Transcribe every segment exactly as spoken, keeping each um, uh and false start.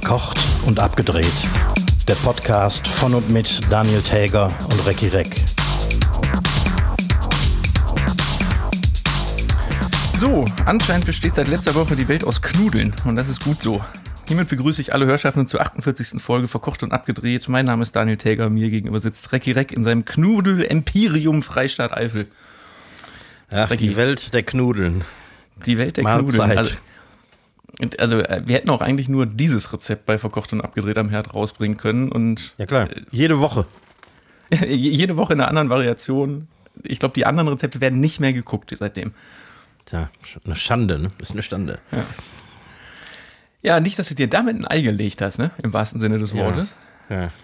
Verkocht und abgedreht. Der Podcast von und mit Daniel Täger und Recki Reck. So, anscheinend besteht seit letzter Woche die Welt aus Knudeln und das ist gut so. Hiermit begrüße ich alle Hörschaffenden zur achtundvierzigsten Folge Verkocht und abgedreht. Mein Name ist Daniel Täger, mir gegenüber sitzt Recki Reck in seinem Knudel-Empirium Freistaat Eifel. Ach, Recki. die Welt der Knudeln. Die Welt der Mahlzeit. Knudeln. Also, und also wir hätten auch eigentlich nur dieses Rezept bei Verkocht und abgedreht am Herd rausbringen können. Und Ja klar, jede Woche. jede Woche in einer anderen Variation. Ich glaube, die anderen Rezepte werden nicht mehr geguckt seitdem. Tja, eine Schande, ne? Ist eine Schande. Ja. Ja, nicht, dass du dir damit ein Ei gelegt hast, ne? Im wahrsten Sinne des Wortes. Ja. Ja.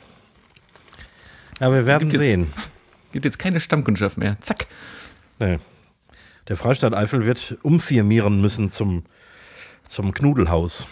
Aber wir werden Gibt jetzt- sehen. Gibt jetzt keine Stammkundschaft mehr. Zack. Nee. Der Freistaat Eifel wird umfirmieren müssen zum, zum Knudelhaus.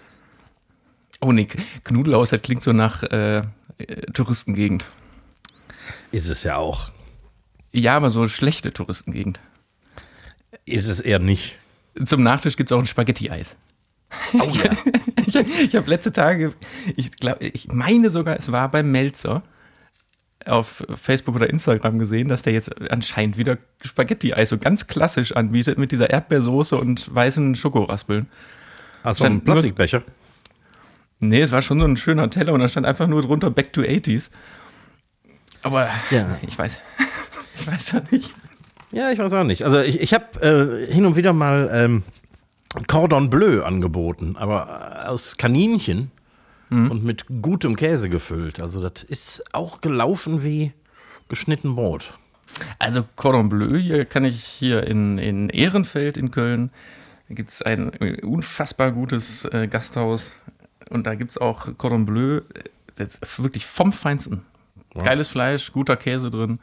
Oh nee, Knudelhaus, das klingt so nach äh, äh, Touristengegend. Ist es ja auch. Ja, aber so schlechte Touristengegend. Ist es eher nicht. Zum Nachtisch gibt es auch ein Spaghetti-Eis. Oh ja. Ich, ich habe letzte Tage, ich glaube, ich meine sogar, es war beim Melzer auf Facebook oder Instagram gesehen, dass der jetzt anscheinend wieder Spaghetti-Eis so ganz klassisch anbietet mit dieser Erdbeersoße und weißen Schokoraspeln. Hast du einen Stand nur- Plastikbecher? Nee, es war schon so ein schöner Teller und da stand einfach nur drunter Back to eighties. Aber Ja. ich weiß, ich weiß ja nicht. Ja, ich weiß auch nicht. Also ich, ich habe äh, hin und wieder mal ähm, Cordon Bleu angeboten, aber aus Kaninchen Mhm. und mit gutem Käse gefüllt. Also das ist auch gelaufen wie geschnitten Brot. Also Cordon Bleu, hier kann ich hier in, in Ehrenfeld in Köln, da gibt es ein unfassbar gutes äh, Gasthaus und da gibt es auch Cordon Bleu, das ist wirklich vom Feinsten. Ja. Geiles Fleisch, guter Käse drin.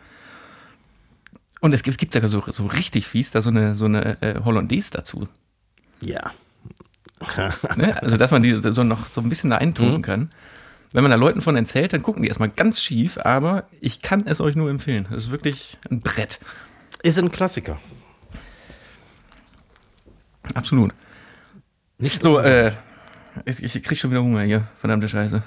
Und es gibt, gibt sogar so, so richtig fies, da so eine, so eine äh, Hollandaise dazu. Ja. Ne? Also, dass man die so noch so ein bisschen da eintunken Mhm. kann. Wenn man da Leuten von erzählt, dann gucken die erstmal ganz schief, aber ich kann es euch nur empfehlen. Es ist wirklich ein Brett. Ist ein Klassiker. Absolut. Nicht So, äh, ich, ich krieg schon wieder Hunger hier. Verdammte Scheiße.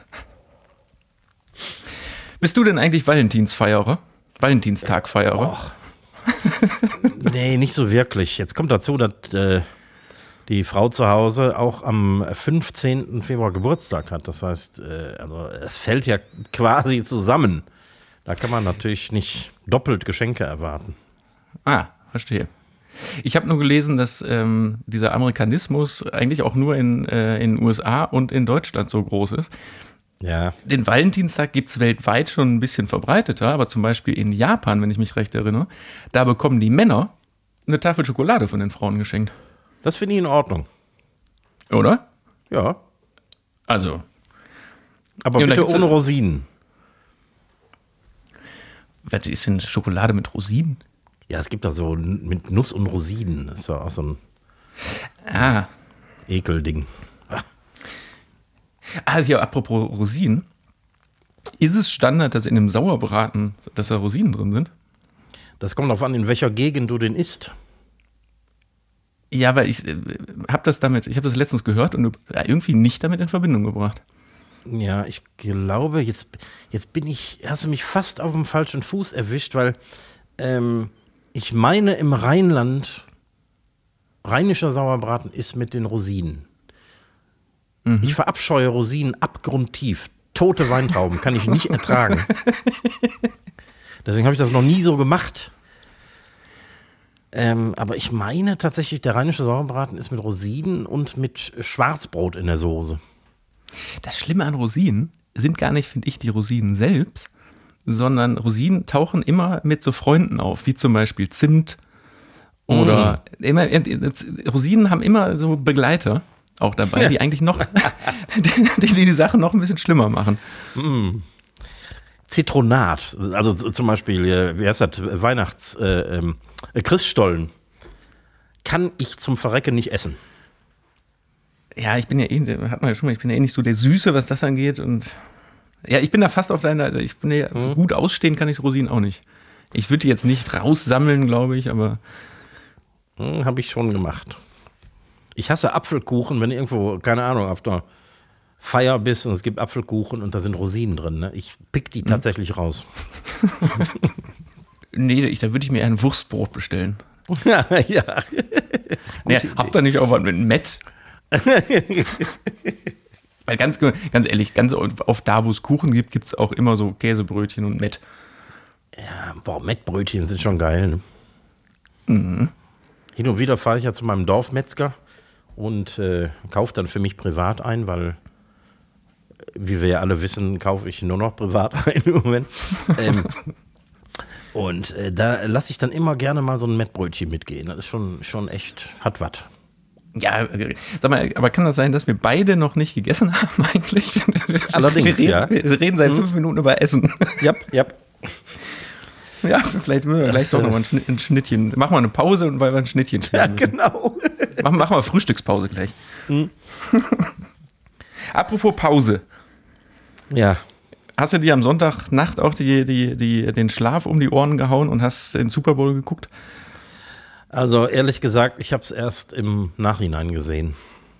Bist du denn eigentlich Valentinsfeierer? Valentinstagfeierer? Och. Nee, nicht so wirklich. Jetzt kommt dazu, dass äh, die Frau zu Hause auch am fünfzehnten Februar Geburtstag hat. Das heißt, äh, also es fällt ja quasi zusammen. Da kann man natürlich nicht doppelt Geschenke erwarten. Ah, verstehe. Ich habe nur gelesen, dass ähm, dieser Amerikanismus eigentlich auch nur in, äh, in den U S A und in Deutschland so groß ist. Ja, Den Valentinstag gibt es weltweit schon ein bisschen verbreiteter, aber zum Beispiel in Japan, wenn ich mich recht erinnere, da bekommen die Männer eine Tafel Schokolade von den Frauen geschenkt. das finde ich in Ordnung. Oder? Ja, Also, aber Ja, und da bitte gibt's ohne ja- Rosinen. was ist denn Schokolade mit Rosinen? Ja, es gibt da so n- mit Nuss und Rosinen. Das ist ja auch so ein Ah, Ekelding. ah hier, apropos Rosinen. Ist es Standard, dass in einem Sauerbraten, dass da Rosinen drin sind? Das kommt darauf an, in welcher Gegend du den isst. Ja, weil ich äh, habe das damit, ich habe das letztens gehört und äh, irgendwie nicht damit in Verbindung gebracht. Ja, ich glaube, jetzt, jetzt bin ich, hast du mich fast auf dem falschen Fuß erwischt, weil ähm, ich meine, im Rheinland rheinischer Sauerbraten ist mit den Rosinen. Ich verabscheue Rosinen abgrundtief. Tote Weintrauben kann ich nicht ertragen. Deswegen habe ich das noch nie so gemacht. Ähm, aber ich meine tatsächlich, der rheinische Sauerbraten ist mit Rosinen und mit Schwarzbrot in der Soße. Das Schlimme an Rosinen sind gar nicht, finde ich, die Rosinen selbst, sondern Rosinen tauchen immer mit so Freunden auf, wie zum Beispiel Zimt oder immer, Rosinen haben immer so Begleiter auch dabei, die eigentlich noch, die, die die Sache noch ein bisschen schlimmer machen. Zitronat, also z- zum Beispiel, äh, wie heißt das, Weihnachts, äh, ähm, äh, Christstollen, kann ich zum Verrecken nicht essen. Ja, ich bin ja eh, hat man ja schon mal, ich bin ja eh nicht so der Süße, was das angeht und ja, ich bin da fast auf deiner, ich bin ja, gut ausstehen kann ich Rosinen auch nicht. Ich würde die jetzt nicht raussammeln, glaube ich, aber Hm, habe ich schon gemacht. Ich hasse Apfelkuchen, wenn irgendwo, keine Ahnung, auf der Firebiss und es gibt Apfelkuchen und da sind Rosinen drin. Ne? Ich pick die tatsächlich raus. Nee, ich, da würde ich mir eher ein Wurstbrot bestellen. ja, ja. Nee, habt ihr nicht auch was mit Mett? Weil ganz, ganz ehrlich, ganz auf da, wo es Kuchen gibt, gibt es auch immer so Käsebrötchen und Mett. Ja, boah, Mettbrötchen sind schon geil. Ne? Mhm. Hin und wieder fahre ich ja zu meinem Dorfmetzger und äh, kaufe dann für mich privat ein, weil, wie wir ja alle wissen, kaufe ich nur noch privat ein im Moment. ähm, und äh, da lasse ich dann immer gerne mal so ein Mettbrötchen mitgehen. Das ist schon, schon echt, hat was. Ja, sag mal, aber kann das sein, dass wir beide noch nicht gegessen haben eigentlich? Allerdings, wir reden, ja. Wir reden seit fünf Minuten über Essen. Ja, ja. Ja, vielleicht müssen wir gleich doch noch mal ein, Schnitt, ein Schnittchen. Machen wir eine Pause und weil wir ein Schnittchen schneiden. Ja, genau. Machen, machen wir Frühstückspause gleich. Mhm. Apropos Pause. Ja. Hast du dir am Sonntagnacht auch die, die, die, den Schlaf um die Ohren gehauen und hast den Super Bowl geguckt? Also ehrlich gesagt, ich habe es erst im Nachhinein gesehen.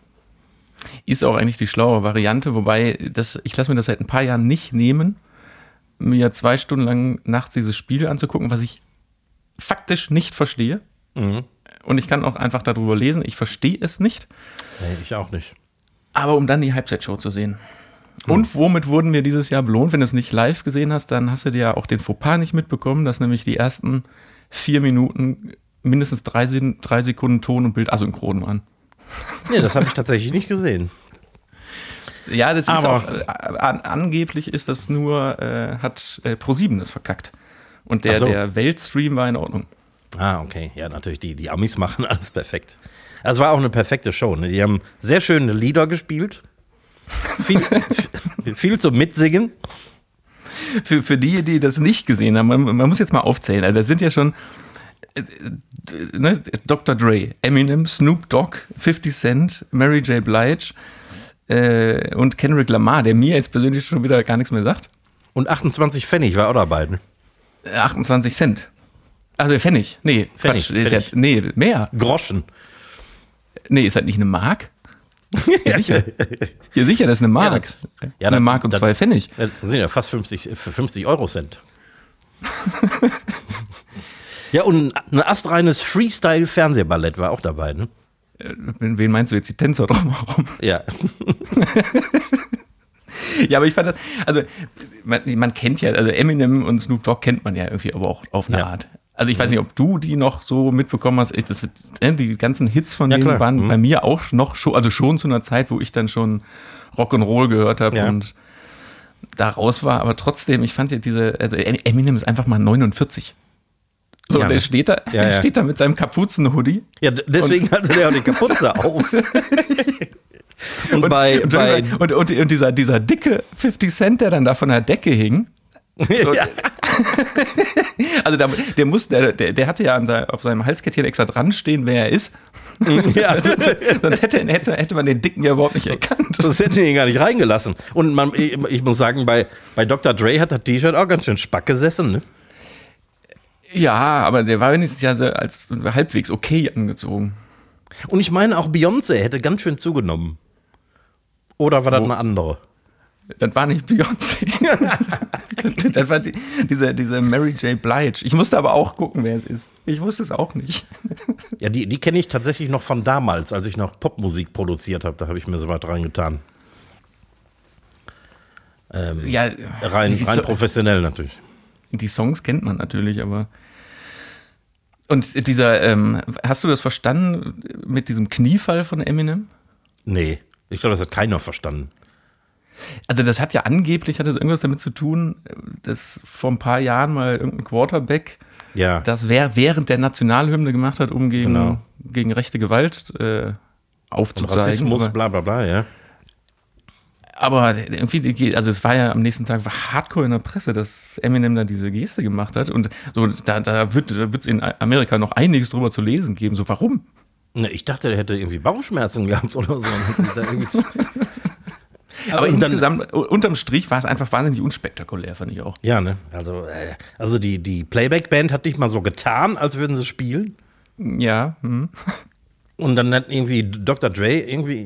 Ist auch eigentlich die schlaue Variante, wobei das, ich lasse mir das seit ein paar Jahren nicht nehmen, mir zwei Stunden lang nachts dieses Spiel anzugucken, was ich faktisch nicht verstehe. Mhm. Und ich kann auch einfach darüber lesen, ich verstehe es nicht. Nee, ich auch nicht. Aber um dann die Halbzeitshow zu sehen. Hm. Und womit wurden wir dieses Jahr belohnt? Wenn du es nicht live gesehen hast, dann hast du dir ja auch den Fauxpas nicht mitbekommen, dass nämlich die ersten vier Minuten mindestens drei, drei Sekunden Ton und Bild asynchron waren. Nee, das habe ich tatsächlich nicht gesehen. Ja, das ist Aber auch, äh, an, angeblich ist das nur, äh, hat äh, ProSieben das verkackt. Und der, Ach so. der Weltstream war in Ordnung. Ah, okay. Ja, natürlich, die, die Amis machen alles perfekt. Also, es war auch eine perfekte Show. Ne? Die haben sehr schöne Lieder gespielt. Viel, viel zum Mitsingen. Für, für die, die das nicht gesehen haben, man, man muss jetzt mal aufzählen. Also, das sind ja schon äh, ne, Doktor Dre, Eminem, Snoop Dogg, fifty Cent, Mary J. Blige äh, und Kendrick Lamar, der mir jetzt persönlich schon wieder gar nichts mehr sagt. Und achtundzwanzig Pfennig war auch dabei. Ne? achtundzwanzig Cent. Also Pfennig. Nee, Pfennig, Quatsch. Ist Pfennig. ja, nee, mehr. Groschen. Nee, ist das nicht eine Mark? Ja, sicher. Ja, sicher, das ist eine Mark. Ja, ja, eine dann- Mark und dann- zwei Pfennig. Das sind ja fast fünfzig, für fünfzig Euro Cent. Ja, und ein astreines Freestyle-Fernsehballett war auch dabei, ne? Äh, Wen meinst du jetzt? Die Tänzer drumherum? Ja. Ja, aber ich fand das, also man, man kennt ja, also Eminem und Snoop Dogg kennt man ja irgendwie aber auch auf eine Ja. Art. Also ich weiß nicht, ob du die noch so mitbekommen hast. Ich, das wird, äh, die ganzen Hits von Ja, denen klar. waren Mhm. bei mir auch noch schon, also schon zu einer Zeit, wo ich dann schon Rock'n'Roll gehört habe Ja. und da raus war. Aber trotzdem, ich fand ja diese, also Eminem ist einfach mal neunundvierzig. So, Ja, der ne? steht da, Ja, der ja. steht da mit seinem Kapuzen-Hoodie. Ja, d- deswegen hatte der auch die Kapuze auf. Und, bei, und, bei und, und, und dieser, dieser dicke fifty Cent, der dann da von der Decke hing. So, ja. Also der, der, muss, der, der, der hatte ja an sein, auf seinem Halskettchen extra dran stehen, wer er ist. Ja. Sonst hätte, hätte, hätte man den Dicken ja überhaupt nicht erkannt. Das hätten die ihn gar nicht reingelassen. Und man, ich, ich muss sagen, bei, bei Doktor Dre hat das T-Shirt auch ganz schön spack gesessen. Ne? Ja, aber der war wenigstens ja so als halbwegs okay angezogen. Und ich meine, auch Beyoncé hätte ganz schön zugenommen. Oder war das Wo? eine andere? Das war nicht Beyoncé. Das war die, diese, diese Mary J. Blige. Ich musste aber auch gucken, wer es ist. Ich wusste es auch nicht. Ja, die, die kenne ich tatsächlich noch von damals, als ich noch Popmusik produziert habe. Da habe ich mir so was reingetan. Ähm, Ja, rein, die, rein So- professionell natürlich. die Songs kennt man natürlich, aber. Und dieser, ähm, hast du das verstanden mit diesem Kniefall von Eminem? Nee, ich glaube, das hat keiner verstanden. Also das hat ja angeblich, hat das irgendwas damit zu tun, dass vor ein paar Jahren mal irgendein Quarterback Ja, das wer, während der Nationalhymne gemacht hat, um gegen, Genau. gegen rechte Gewalt äh, und aufzuzeigen. Rassismus, aber, bla bla bla, ja. aber irgendwie, die- also es war ja am nächsten Tag war hardcore in der Presse, dass Eminem da diese Geste gemacht hat und so, da, da wird es in Amerika noch einiges drüber zu lesen geben. So, warum? Ne, ich dachte, der hätte irgendwie Bauchschmerzen gehabt oder so. Und hat sich da irgendwie zu- Aber und dann- insgesamt, unterm Strich war es einfach wahnsinnig unspektakulär, fand ich auch. Ja, ne? Also, äh, also die, die Playback-Band hat nicht mal so getan, als würden sie spielen. Ja, hm. Und dann hat irgendwie Doktor Dre irgendwie im,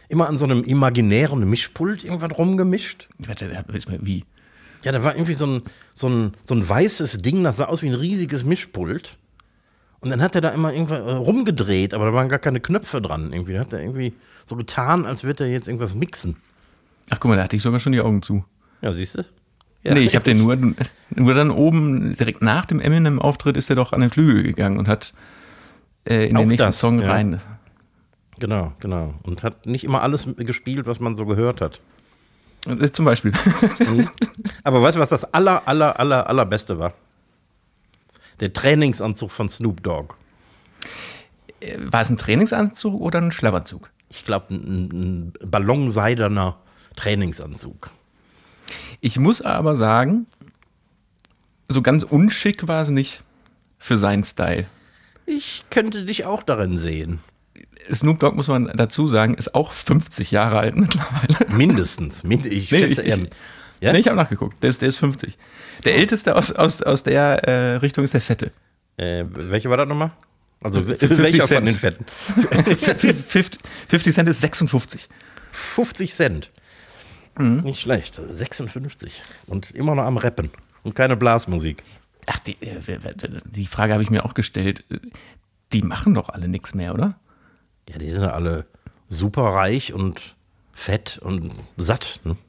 immer an so einem imaginären Mischpult irgendwas rumgemischt. Warte, wie? Ja, da war irgendwie so ein, so ein, so ein weißes Ding, das sah aus wie ein riesiges Mischpult. Und dann hat er da immer irgendwas äh, rumgedreht, aber da waren gar keine Knöpfe dran. Irgendwie. Da hat er irgendwie so getan, als würde er jetzt irgendwas mixen. Ach, guck mal, da hatte ich sogar schon die Augen zu. Ja, siehst du? Ja. Nee, ich habe den nur, nur dann oben, direkt nach dem Eminem-Auftritt ist er doch an den Flügel gegangen und hat äh, in Auch den nächsten das, Song ja. rein. Genau, genau. Und hat nicht immer alles gespielt, was man so gehört hat. Äh, zum Beispiel. Aber weißt du, was das aller, aller, aller, allerbeste war? Der Trainingsanzug von Snoop Dogg. Äh, War es ein Trainingsanzug oder ein Schlafanzug? Ich glaube, ein, ein ballonseidener Trainingsanzug. Ich muss aber sagen, so ganz unschick war es nicht für seinen Style. Ich könnte dich auch darin sehen. Snoop Dogg, muss man dazu sagen, ist auch fünfzig Jahre alt mittlerweile. Mindestens. Mind- ich Nee, schätze ich- eher. ich- Ja? Nee, ich habe nachgeguckt, der ist, der ist fünfzig. Der älteste aus, aus, aus der äh, Richtung ist der Fette. Äh, welche war das nochmal? Also fünfzig welcher von Cent. den Fetten? fünfzig, fünfzig Cent ist sechsundfünfzig. fünfzig Cent. Mhm. Nicht schlecht. sechsundfünfzig. Und immer noch am Rappen. Und keine Blasmusik. Ach, die, äh, die Frage habe ich mir auch gestellt. Die machen doch alle nichts mehr, oder? Ja, die sind ja alle super reich und fett und satt. Ne?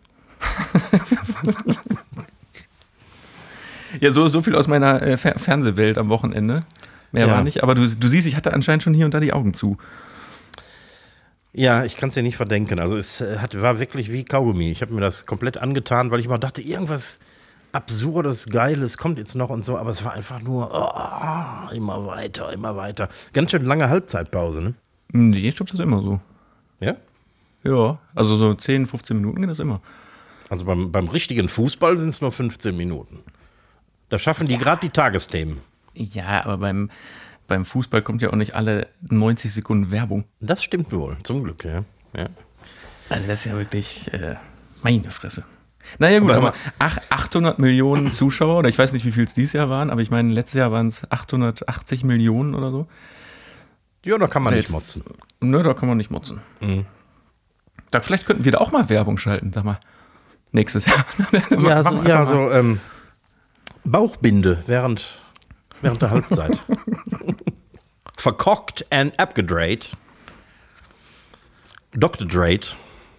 Ja, so, so viel aus meiner äh, Fer- Fernsehwelt am Wochenende. Mehr Ja. war nicht. Aber du, du siehst, ich hatte anscheinend schon hier und da die Augen zu. Ja, ich kann es dir nicht verdenken. Also es äh, hat, war wirklich wie Kaugummi. Ich habe mir das komplett angetan, weil ich mal dachte, irgendwas Absurdes, Geiles kommt jetzt noch und so. Aber es war einfach nur oh, immer weiter, immer weiter. Ganz schön lange Halbzeitpause, ne? Nee, ich glaube, das ist immer so. Ja? Ja, also so zehn, fünfzehn Minuten geht das immer. Also beim, beim richtigen Fußball sind es nur fünfzehn Minuten. Da schaffen die gerade die Tagesthemen. Ja, aber beim, beim Fußball kommt ja auch nicht alle neunzig Sekunden Werbung. Das stimmt wohl, zum Glück, ja. ja. Also das ist ja wirklich äh, meine Fresse. Naja gut, Aber- aber, ach, achthundert Millionen Zuschauer, oder ich weiß nicht, wie viel es dieses Jahr waren, aber ich meine, letztes Jahr waren es achthundertachtzig Millionen oder so. Ja, da kann man Welt. nicht motzen. Nö, da kann man nicht motzen. Da, vielleicht könnten wir da auch mal Werbung schalten, sag mal. Nächstes Jahr. Ja, Machen so, wir ja, einfach mal. so ähm, Bauchbinde während, während der Halbzeit. Verkockt and abgedreht. Doktor Drate.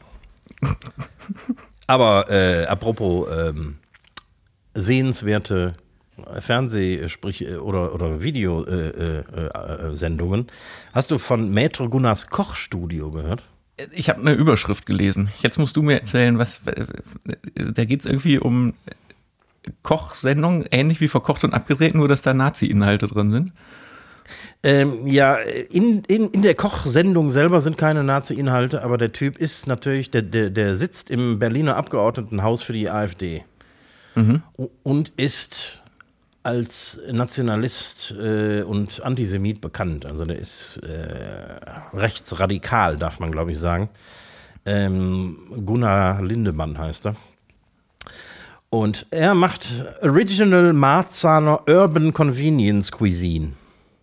Aber äh, apropos ähm, sehenswerte Fernseh-, sprich äh, oder, oder Videosendungen. Äh, äh, Sendungen. Hast du von Maître Gunnars Kochstudio gehört? Ich habe eine Überschrift gelesen. Jetzt musst du mir erzählen, was. Da geht es irgendwie um Kochsendungen, ähnlich wie verkocht und abgedreht, nur dass da Nazi-Inhalte drin sind. Ähm, ja, in, in, in der Kochsendung selber sind keine Nazi-Inhalte, aber der Typ ist natürlich, der, der, der sitzt im Berliner Abgeordnetenhaus für die AfD Mhm. und ist als Nationalist äh, und Antisemit bekannt. Also der ist äh, rechtsradikal, darf man glaube ich sagen. Ähm, Gunnar Lindemann heißt er. Und er macht Original Marzahner Urban Convenience Cuisine.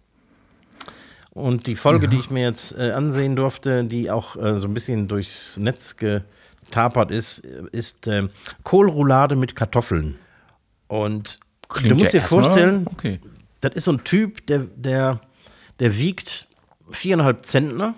Und die Folge, Ja. die ich mir jetzt äh, ansehen durfte, die auch äh, so ein bisschen durchs Netz getapert ist, ist äh, Kohlroulade mit Kartoffeln. Und Klingt du musst ja dir erstmal vorstellen, okay. das ist so ein Typ, der, der, der wiegt viereinhalb Zentner,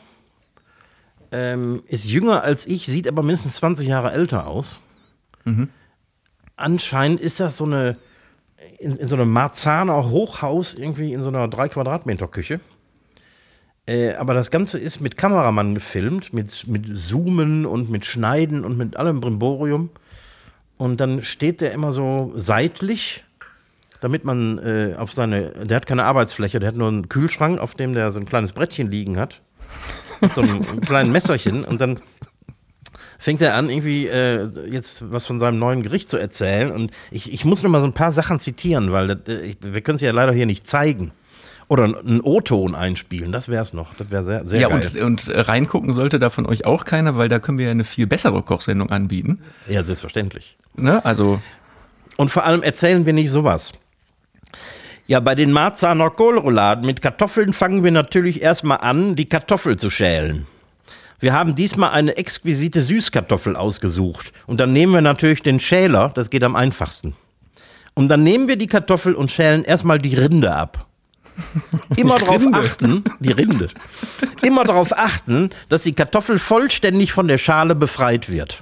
ähm, ist jünger als ich, sieht aber mindestens zwanzig Jahre älter aus. Mhm. Anscheinend ist das so eine, in, in so einem Marzahner Hochhaus, irgendwie in so einer drei Quadratmeter Küche. Äh, aber das Ganze ist mit Kameramann gefilmt, mit, mit Zoomen und mit Schneiden und mit allem Brimborium. Und dann steht der immer so seitlich, damit man äh, auf seine, der hat keine Arbeitsfläche, der hat nur einen Kühlschrank, auf dem der so ein kleines Brettchen liegen hat. Mit so einem kleinen Messerchen. Und dann fängt er an, irgendwie äh, jetzt was von seinem neuen Gericht zu erzählen. Und ich, ich muss noch mal so ein paar Sachen zitieren, weil das, äh, ich, wir können es ja leider hier nicht zeigen. Oder einen O-Ton einspielen, das wäre es noch. Das wäre sehr, sehr Ja, geil. und, und reingucken sollte da von euch auch keiner, weil da können wir ja eine viel bessere Kochsendung anbieten. Ja, selbstverständlich. Ne? Also, Und vor allem erzählen wir nicht sowas. Ja, bei den Marzahner Kohlrouladen mit Kartoffeln fangen wir natürlich erstmal an, die Kartoffel zu schälen. Wir haben diesmal eine exquisite Süßkartoffel ausgesucht. Und dann nehmen wir natürlich den Schäler, das geht am einfachsten. Und dann nehmen wir die Kartoffel und schälen erstmal die Rinde ab. Immer darauf achten, die Rinde, immer darauf achten, dass die Kartoffel vollständig von der Schale befreit wird.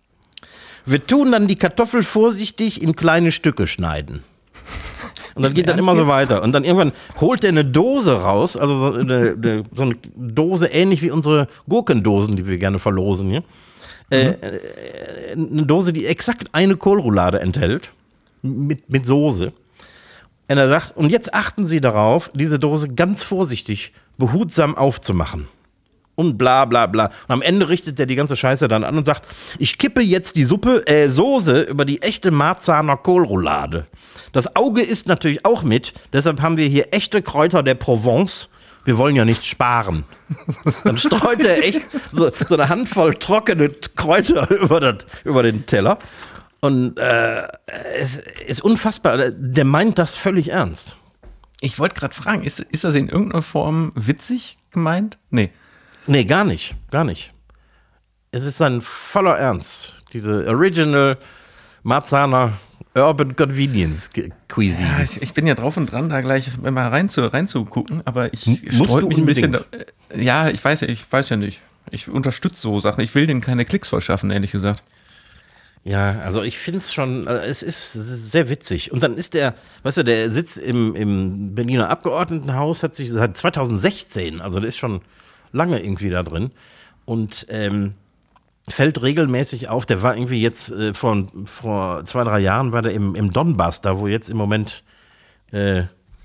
Wir tun dann die Kartoffel vorsichtig in kleine Stücke schneiden. Und dann geht dann immer so weiter. Und dann irgendwann holt er eine Dose raus, also so eine, eine, so eine Dose ähnlich wie unsere Gurkendosen, die wir gerne verlosen hier. Mhm. Äh, eine Dose, die exakt eine Kohlroulade enthält, mit, mit Soße. Und er sagt, und jetzt achten Sie darauf, diese Dose ganz vorsichtig, behutsam aufzumachen. Und bla bla bla. Und am Ende richtet er die ganze Scheiße dann an und sagt, ich kippe jetzt die Suppe, äh, Soße über die echte Marzahner Kohlroulade. Das Auge isst natürlich auch mit, deshalb haben wir hier echte Kräuter der Provence. Wir wollen ja nicht sparen. Dann streut er echt so, so eine Handvoll trockene Kräuter über, das, über den Teller. Und äh, es ist unfassbar. Der meint das völlig ernst. Ich wollte gerade fragen, ist, ist das in irgendeiner Form witzig gemeint? Nee. Nee, gar nicht. Gar nicht. Es ist sein voller Ernst. Diese Original Marzahner Urban Convenience Cuisine. Ja, ich, ich bin ja drauf und dran, da gleich mal rein zu, reinzugucken, aber ich Musst sträub du mich ein bisschen. unbedingt. Da, ja, ich weiß, ich weiß ja nicht. Ich unterstütze so Sachen. Ich will denen keine Klicks verschaffen, ehrlich gesagt. Ja, also ich finde es schon, also es ist sehr witzig. Und dann ist der, weißt du, der sitzt im, im Berliner Abgeordnetenhaus, hat sich seit zweitausendsechzehn, also der ist schon lange irgendwie da drin und ähm, fällt regelmäßig auf. Der war irgendwie jetzt äh, vor, vor zwei, drei Jahren war der im, im Donbass, da wo jetzt im Moment äh,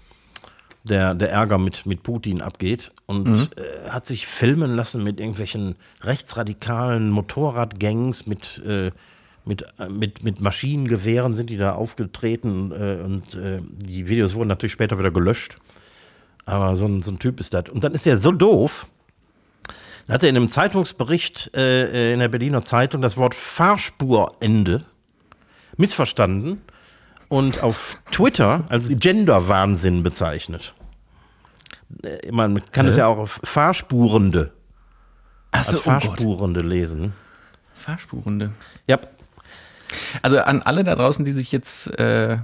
der, der Ärger mit, mit Putin abgeht und mhm. äh, hat sich filmen lassen mit irgendwelchen rechtsradikalen Motorradgangs, mit äh, Mit, mit, mit Maschinengewehren sind die da aufgetreten äh, und äh, die Videos wurden natürlich später wieder gelöscht. Aber so ein, so ein Typ ist das. Und dann ist er so doof, da hat er in einem Zeitungsbericht äh, in der Berliner Zeitung das Wort Fahrspurende missverstanden und auf Twitter als Gender-Wahnsinn bezeichnet. Äh, man kann äh? es ja auch auf Fahrspurende, Ach so, als Fahrspurende oh lesen. Fahrspurende. Ja. Also an alle da draußen, die sich jetzt äh,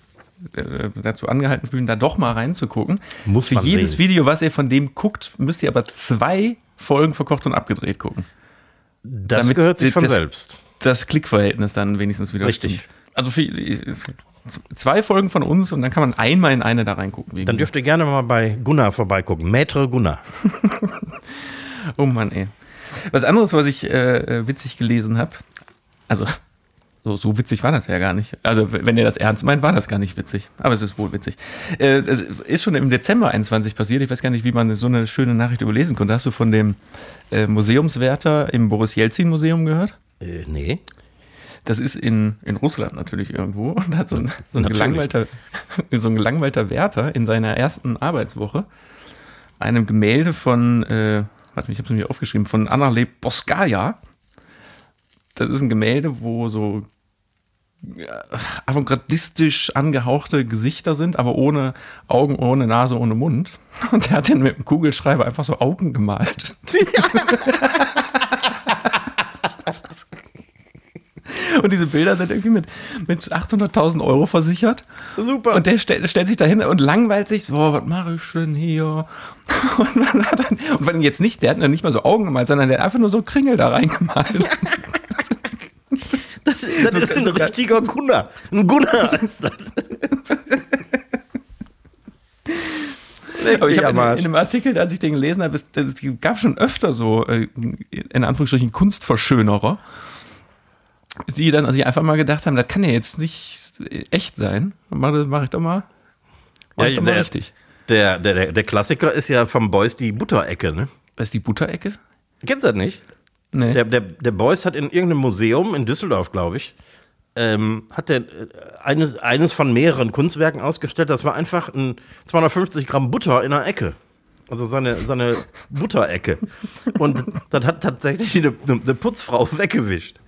dazu angehalten fühlen, da doch mal reinzugucken. Muss man Für jedes sehen. Video, was ihr von dem guckt, müsst ihr aber zwei Folgen verkocht und abgedreht gucken. Das Damit gehört sich von das, selbst. Das Klickverhältnis dann wenigstens wieder Richtig. stimmt. Also für, für zwei Folgen von uns und dann kann man einmal in eine da reingucken. Dann dürft ihr gerne mal bei Gunnar vorbeigucken. Maître Gunnar. Oh Mann, ey. Was anderes, was ich äh, witzig gelesen habe, also so, so witzig war das ja gar nicht. Also wenn ihr das ernst meint, war das gar nicht witzig. Aber es ist wohl witzig. Äh, es ist schon im Dezember einundzwanzig passiert. Ich weiß gar nicht, wie man so eine schöne Nachricht überlesen konnte. Hast du von dem äh, Museumswärter im Boris-Jelzin-Museum gehört? Äh, nee. Das ist in, in Russland natürlich irgendwo. Und da hat so ein, so, ein gelangweilter, so ein gelangweilter Wärter in seiner ersten Arbeitswoche einem Gemälde von... Äh, Warte, ich habe es mir aufgeschrieben, von Anna Boskaya. Das ist ein Gemälde, wo so avantgardistisch angehauchte Gesichter sind, aber ohne Augen, ohne Nase, ohne Mund. Und er hat dann mit dem Kugelschreiber einfach so Augen gemalt. Und diese Bilder sind irgendwie mit, mit achthunderttausend Euro versichert. Super. Und der stellt, stellt sich da hin und langweilt sich, boah, was mache ich denn hier? Und, man hat dann, und wenn jetzt nicht, der hat dann nicht mal so Augen gemalt, sondern der hat einfach nur so Kringel da reingemalt. Das, das ist ein richtiger Gunnar. Ein Gunnar ist das. Aber ich habe in, in einem Artikel, als ich den gelesen habe, es, es gab schon öfter so, äh, in Anführungsstrichen, Kunstverschönerer, die dann also einfach mal gedacht haben, das kann ja jetzt nicht echt sein. Mach, mach ich doch mal, mach Ja, ich doch mal der, richtig. Der, der, der Klassiker ist ja vom Beuys die Butterecke, ne? Was ist die Butterecke? Kennst du das nicht? Nee. Der, der, der Beuys hat in irgendeinem Museum in Düsseldorf, glaube ich, ähm, hat der äh, eines, eines von mehreren Kunstwerken ausgestellt. Das war einfach ein zweihundertfünfzig Gramm Butter in einer Ecke. Also seine, seine Butterecke. Und das hat tatsächlich eine, eine Putzfrau weggewischt.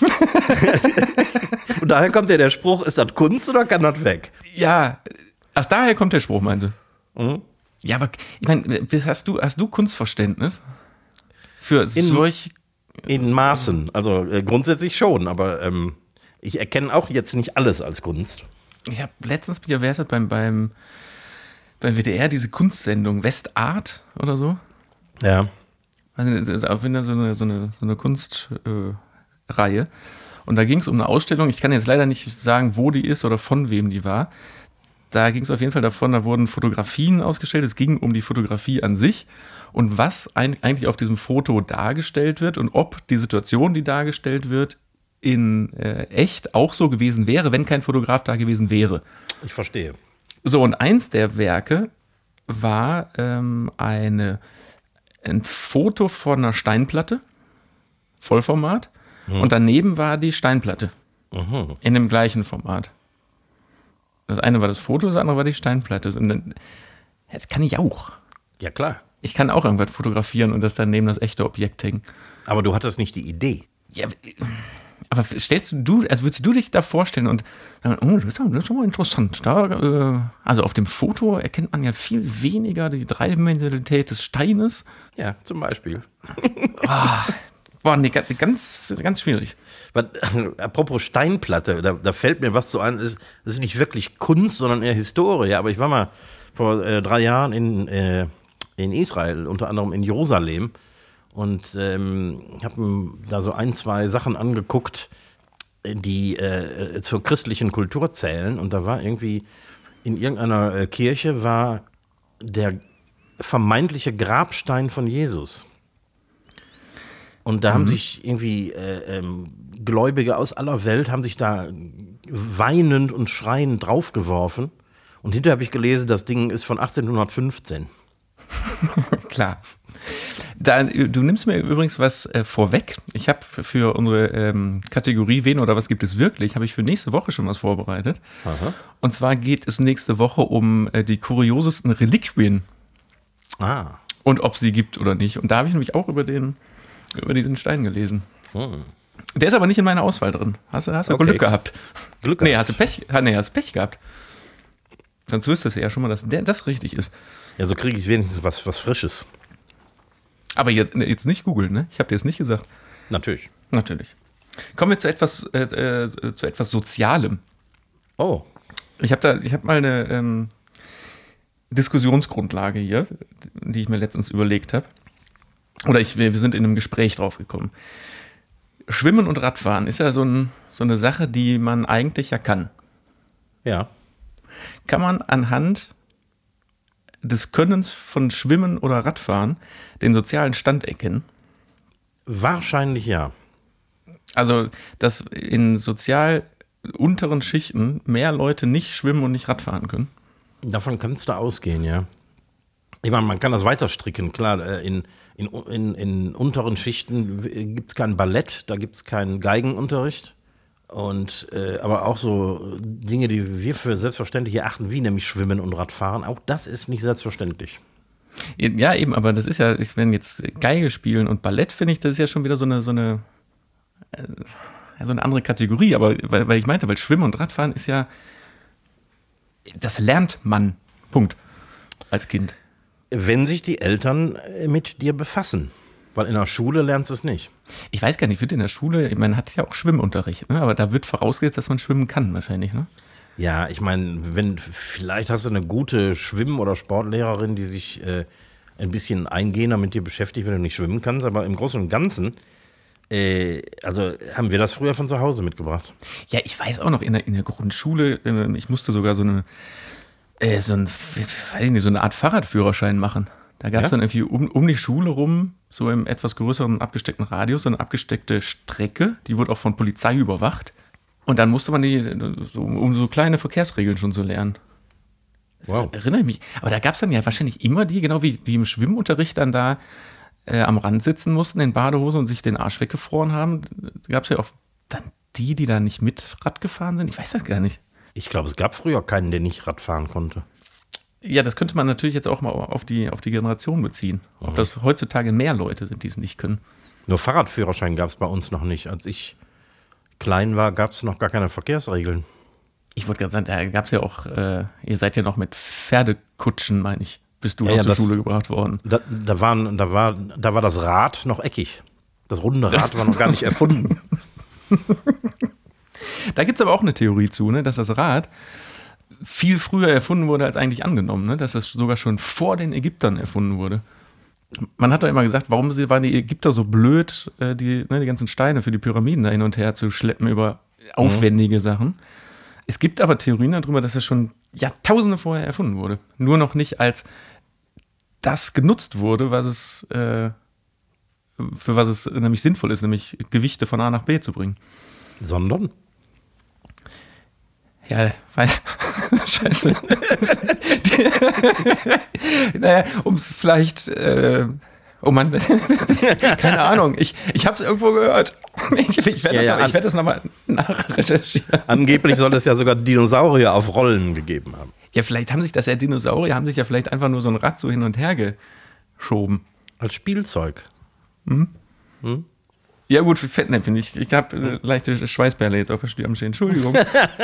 Und daher kommt ja der Spruch, ist das Kunst oder kann das weg? Ja, ach, daher kommt der Spruch, meinst du? Mhm. Ja, aber ich meine, hast du, hast du Kunstverständnis? für in, solch... In Maßen, also äh, grundsätzlich schon, aber ähm, ich erkenne auch jetzt nicht alles als Kunst. Ich habe letztens wieder, wer ist das, beim, beim, beim W D R, diese Kunstsendung Westart oder so? Ja. Also auf jeden Fall so eine, so eine, so eine Kunstreihe. Äh, Und da ging es um eine Ausstellung, ich kann jetzt leider nicht sagen, wo die ist oder von wem die war. Da ging es auf jeden Fall davon, da wurden Fotografien ausgestellt, es ging um die Fotografie an sich und was ein, eigentlich auf diesem Foto dargestellt wird und ob die Situation, die dargestellt wird, in äh, echt auch so gewesen wäre, wenn kein Fotograf da gewesen wäre. Ich verstehe. So, und eins der Werke war ähm, eine, ein Foto von einer Steinplatte, Vollformat, hm. und daneben war die Steinplatte mhm. in dem gleichen Format. Das eine war das Foto, das andere war die Steinplatte. Und dann, das kann ich auch. Ja, klar. Ich kann auch irgendwas fotografieren und das dann neben das echte Objekt hängen. Aber du hattest nicht die Idee. Ja, aber stellst du, also würdest du dich da vorstellen und sagen, oh, das ist ja, das ist ja mal interessant. Da, äh, also auf dem Foto erkennt man ja viel weniger die Dreidimensionalität des Steines. Ja, zum Beispiel. Oh, boah, nee, ganz, ganz schwierig. Was, apropos Steinplatte, da, da fällt mir was so ein, das ist nicht wirklich Kunst, sondern eher Historie. Aber ich war mal vor äh, drei Jahren in, äh, in Israel, unter anderem in Jerusalem. Und ähm, habe da so ein, zwei Sachen angeguckt, die äh, zur christlichen Kultur zählen. Und da war irgendwie, in irgendeiner äh, Kirche war der vermeintliche Grabstein von Jesus. Und da mhm. haben sich irgendwie äh, ähm, Gläubige aus aller Welt, haben sich da weinend und schreiend draufgeworfen. Und hinterher habe ich gelesen, das Ding ist von achtzehnhundertfünfzehn. Klar. Da, du nimmst mir übrigens was äh, vorweg. Ich habe für unsere ähm, Kategorie Wen oder was gibt es wirklich, habe ich für nächste Woche schon was vorbereitet. Aha. Und zwar geht es nächste Woche um äh, die kuriosesten Reliquien. Ah. Und ob sie gibt oder nicht. Und da habe ich nämlich auch über den, über diesen Stein gelesen. Hm. Der ist aber nicht in meiner Auswahl drin. Hast, hast du okay. Glück gehabt? Glück gehabt. Nee, hast du Pech, nee, hast Pech gehabt. Sonst wüsstest du ja schon mal, dass der, das richtig ist. Ja, so kriege ich wenigstens was, was Frisches. Aber jetzt, jetzt nicht googeln, ne? Ich habe dir das nicht gesagt. Natürlich. Natürlich. Kommen wir zu etwas, äh, äh, zu etwas Sozialem. Oh. Ich habe da, ich habe mal eine ähm, Diskussionsgrundlage hier, die ich mir letztens überlegt habe. Oder ich, wir, wir sind in einem Gespräch drauf gekommen. Schwimmen und Radfahren ist ja so, ein, so eine Sache, die man eigentlich ja kann. Ja. Kann man anhand des Könnens von Schwimmen oder Radfahren den sozialen Stand erkennen? Wahrscheinlich ja. Also, dass in sozial unteren Schichten mehr Leute nicht schwimmen und nicht Radfahren können? Davon kannst du ausgehen, ja. Ich meine, man kann das weiter stricken, klar. In, in, in, in unteren Schichten gibt es kein Ballett, da gibt es keinen Geigenunterricht. Und äh, aber auch so Dinge, die wir für selbstverständlich erachten, wie nämlich Schwimmen und Radfahren, auch das ist nicht selbstverständlich. Ja, eben, aber das ist ja, wenn jetzt Geige spielen und Ballett, finde ich, das ist ja schon wieder so eine, so eine, äh, so eine andere Kategorie. Aber weil, weil ich meinte, weil Schwimmen und Radfahren ist ja, das lernt man, Punkt, als Kind. Wenn sich die Eltern mit dir befassen. Weil in der Schule lernst du es nicht. Ich weiß gar nicht, wird in der Schule, man hat ja auch Schwimmunterricht, ne? Aber da wird vorausgesetzt, dass man schwimmen kann wahrscheinlich, ne? Ja, ich meine, wenn vielleicht hast du eine gute Schwimm- oder Sportlehrerin, die sich äh, ein bisschen eingehender mit dir beschäftigt, wenn du nicht schwimmen kannst, aber im Großen und Ganzen, äh, also haben wir das früher von zu Hause mitgebracht. Ja, ich weiß auch noch, in der, in der Grundschule, äh, ich musste sogar so eine, äh, so, ein, weiß ich nicht, so eine Art Fahrradführerschein machen. Da gab es ja? dann irgendwie um, um die Schule rum, so im etwas größeren abgesteckten Radius, so eine abgesteckte Strecke, die wurde auch von Polizei überwacht. Und dann musste man die, so, um so kleine Verkehrsregeln schon zu lernen. Das wow. Erinnere ich mich. Aber da gab es dann ja wahrscheinlich immer die, genau wie die im Schwimmunterricht dann da äh, am Rand sitzen mussten in Badehose und sich den Arsch weggefroren haben. Da gab es ja auch dann die, die da nicht mit Rad gefahren sind. Ich weiß das gar nicht. Ich glaube, es gab früher keinen, der nicht Rad fahren konnte. Ja, das könnte man natürlich jetzt auch mal auf die, auf die Generation beziehen. Ob mhm. das heutzutage mehr Leute sind, die es nicht können. Nur Fahrradführerschein gab es bei uns noch nicht. Als ich klein war, gab es noch gar keine Verkehrsregeln. Ich wollte gerade sagen, da gab es ja auch, äh, ihr seid ja noch mit Pferdekutschen, meine ich, bist du Ja, noch ja, zur das- Schule gebracht worden. Da, da, waren, da, war, da war das Rad noch eckig. Das runde Rad war noch gar nicht erfunden. Da gibt es aber auch eine Theorie zu, ne, dass das Rad viel früher erfunden wurde als eigentlich angenommen, ne? Dass das sogar schon vor den Ägyptern erfunden wurde. Man hat doch immer gesagt, warum sie- waren die Ägypter so blöd, äh, die, ne, die ganzen Steine für die Pyramiden da hin und her zu schleppen über aufwendige Sachen. Es gibt aber Theorien darüber, dass das schon Jahrtausende vorher erfunden wurde. Nur noch nicht als das genutzt wurde, was es, äh, für was es nämlich sinnvoll ist, nämlich Gewichte von A nach B zu bringen. Sondern? Ja, weiß. Scheiße. Naja, um es vielleicht. Äh, oh Mann. Keine Ahnung. Ich, ich habe es irgendwo gehört. Ich, ich werde Ja, ja, das, noch- ich werd das nochmal nachrecherchieren. Angeblich soll es ja sogar Dinosaurier auf Rollen gegeben haben. Ja, vielleicht haben sich das ja Dinosaurier, haben sich ja vielleicht einfach nur so ein Rad so hin und her geschoben. Als Spielzeug. Ja, gut, für Fettnäpfchen. Ich, ich habe äh, leichte Schweißperle jetzt auf der Stirn stehen. Entschuldigung.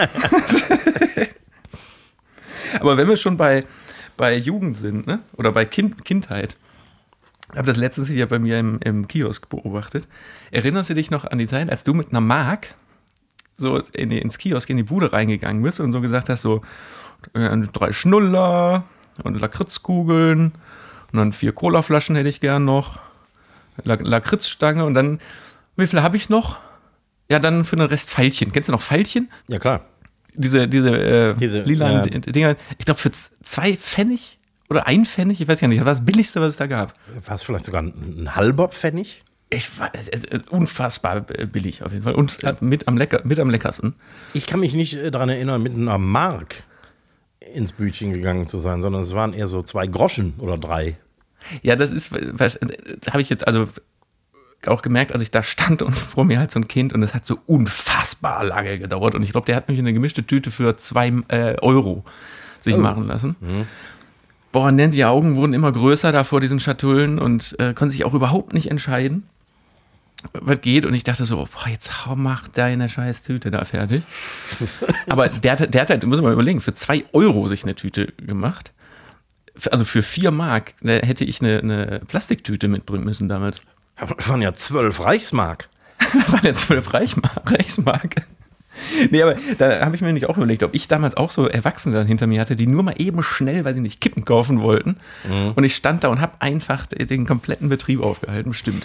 Aber wenn wir schon bei, bei Jugend sind, ne? Oder bei kind, Kindheit, ich habe das letztens hier bei mir im, im Kiosk beobachtet. Erinnerst du dich noch an die Zeit, als du mit einer Mark so in die, ins Kiosk, in die Bude reingegangen bist und so gesagt hast, so äh, drei Schnuller und Lakritzkugeln und dann vier Colaflaschen hätte ich gern noch, Lak- Lakritzstange und dann, wie viel habe ich noch? Ja, dann für den Rest Veilchen. Kennst du noch Veilchen? Ja, klar. Diese, diese, äh, Diese, lila ja. Dinger. Ich glaube, für z- zwei Pfennig oder ein Pfennig, ich weiß gar nicht, das war das Billigste, was es da gab. War es vielleicht sogar ein, ein halber Pfennig? Ich war es, es, es, unfassbar billig auf jeden Fall. Und äh, mit, am lecker, mit am leckersten. Ich kann mich nicht äh, daran erinnern, mit einer Mark ins Bütchen gegangen zu sein, sondern es waren eher so zwei Groschen oder drei. Ja, das ist, da habe ich jetzt also auch gemerkt, als ich da stand und vor mir halt so ein Kind und es hat so unfassbar lange gedauert und ich glaube, der hat mich eine gemischte Tüte für zwei äh, Euro sich Oh. machen lassen. Boah, und dann die Augen wurden immer größer da vor diesen Schatullen und äh, konnte sich auch überhaupt nicht entscheiden, was geht. Und ich dachte so, boah, jetzt hau, mach deine scheiß Tüte da fertig. Aber der hat, der hat halt, muss man mal überlegen, für zwei Euro sich eine Tüte gemacht. Also für vier Mark, da hätte ich eine, eine Plastiktüte mitbringen müssen damals. Das waren ja zwölf Reichsmark. Das waren ja zwölf Reichsmark. Reichsmark. Nee, aber da habe ich mir nämlich auch überlegt, ob ich damals auch so Erwachsene dann hinter mir hatte, die nur mal eben schnell, weil sie nicht Kippen kaufen wollten. Mhm. Und ich stand da und habe einfach den kompletten Betrieb aufgehalten, bestimmt.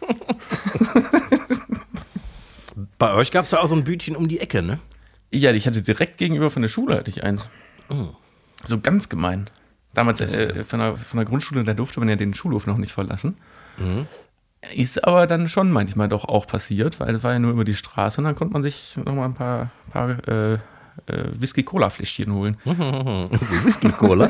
Bei euch gab es ja auch so ein Bütchen um die Ecke, ne? Ja, ich hatte direkt gegenüber von der Schule hatte ich eins. Mhm. So ganz gemein. Damals äh, von, der, von der Grundschule, da durfte man ja den Schulhof noch nicht verlassen. Mhm. Ist aber dann schon manchmal doch auch passiert, weil es war ja nur über die Straße und dann konnte man sich noch mal ein paar, paar äh, äh, Whisky-Cola-Fläschchen holen. Whisky-Cola?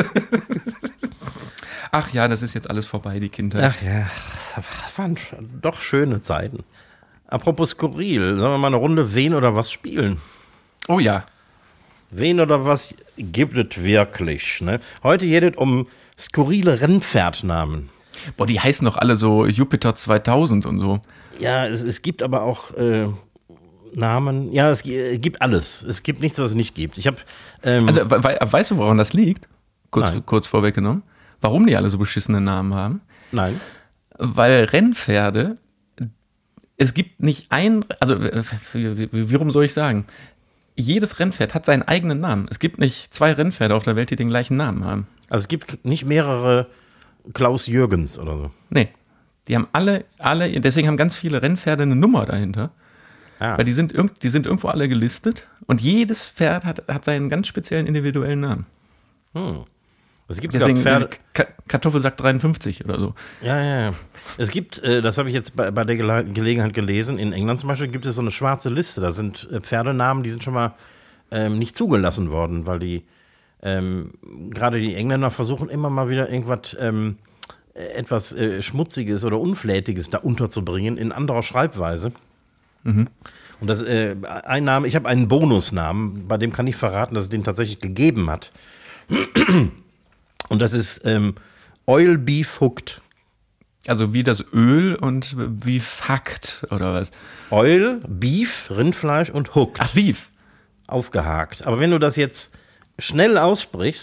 Ach ja, das ist jetzt alles vorbei, die Kindheit. Ach ja, das waren doch schöne Zeiten. Apropos skurril, sollen wir mal eine Runde Wen oder was spielen? Oh ja. Wen oder was gibt es wirklich? Ne? Heute geht es um skurrile Rennpferdnamen. Boah, die heißen doch alle so Jupiter zweitausend und so. Ja, es, es gibt aber auch äh, Namen. Ja, es gi- gibt alles. Es gibt nichts, was es nicht gibt. Ich habe. Ähm, Also, we we weißt du, woran das liegt? Kurz, Nein. kurz vorweggenommen. Warum die alle so beschissene Namen haben? nein. Weil Rennpferde, es gibt nicht ein, also wie, wie, warum soll ich sagen? Jedes Rennpferd hat seinen eigenen Namen. Es gibt nicht zwei Rennpferde auf der Welt, die den gleichen Namen haben. Also es gibt nicht mehrere Klaus Jürgens oder so. Nee, die haben alle, alle, deswegen haben ganz viele Rennpferde eine Nummer dahinter. Ah. Weil die sind, irg- die sind irgendwo alle gelistet und jedes Pferd hat, hat seinen ganz speziellen individuellen Namen. Hm. Es gibt sogar Deswegen Pferde. Ka Kartoffelsack dreiundfünfzig oder so. Ja, ja, ja. Es gibt, äh, das habe ich jetzt bei, bei der Gele Gelegenheit gelesen, in England zum Beispiel gibt es so eine schwarze Liste. Da sind äh, Pferdenamen, die sind schon mal ähm, nicht zugelassen worden, weil die, ähm, gerade die Engländer versuchen immer mal wieder irgendwas, ähm, etwas äh, Schmutziges oder Unflätiges da unterzubringen in anderer Schreibweise. Mhm. Und das, äh, ein Name, ich habe einen Bonusnamen, bei dem kann ich verraten, dass es den tatsächlich gegeben hat. Und das ist ähm, Oil Beef Hooked. Also wie das Öl und wie Fakt oder was? Oil, Beef, Rindfleisch und Hooked. Ach, Beef. Aufgehakt. Aber wenn du das jetzt schnell aussprichst,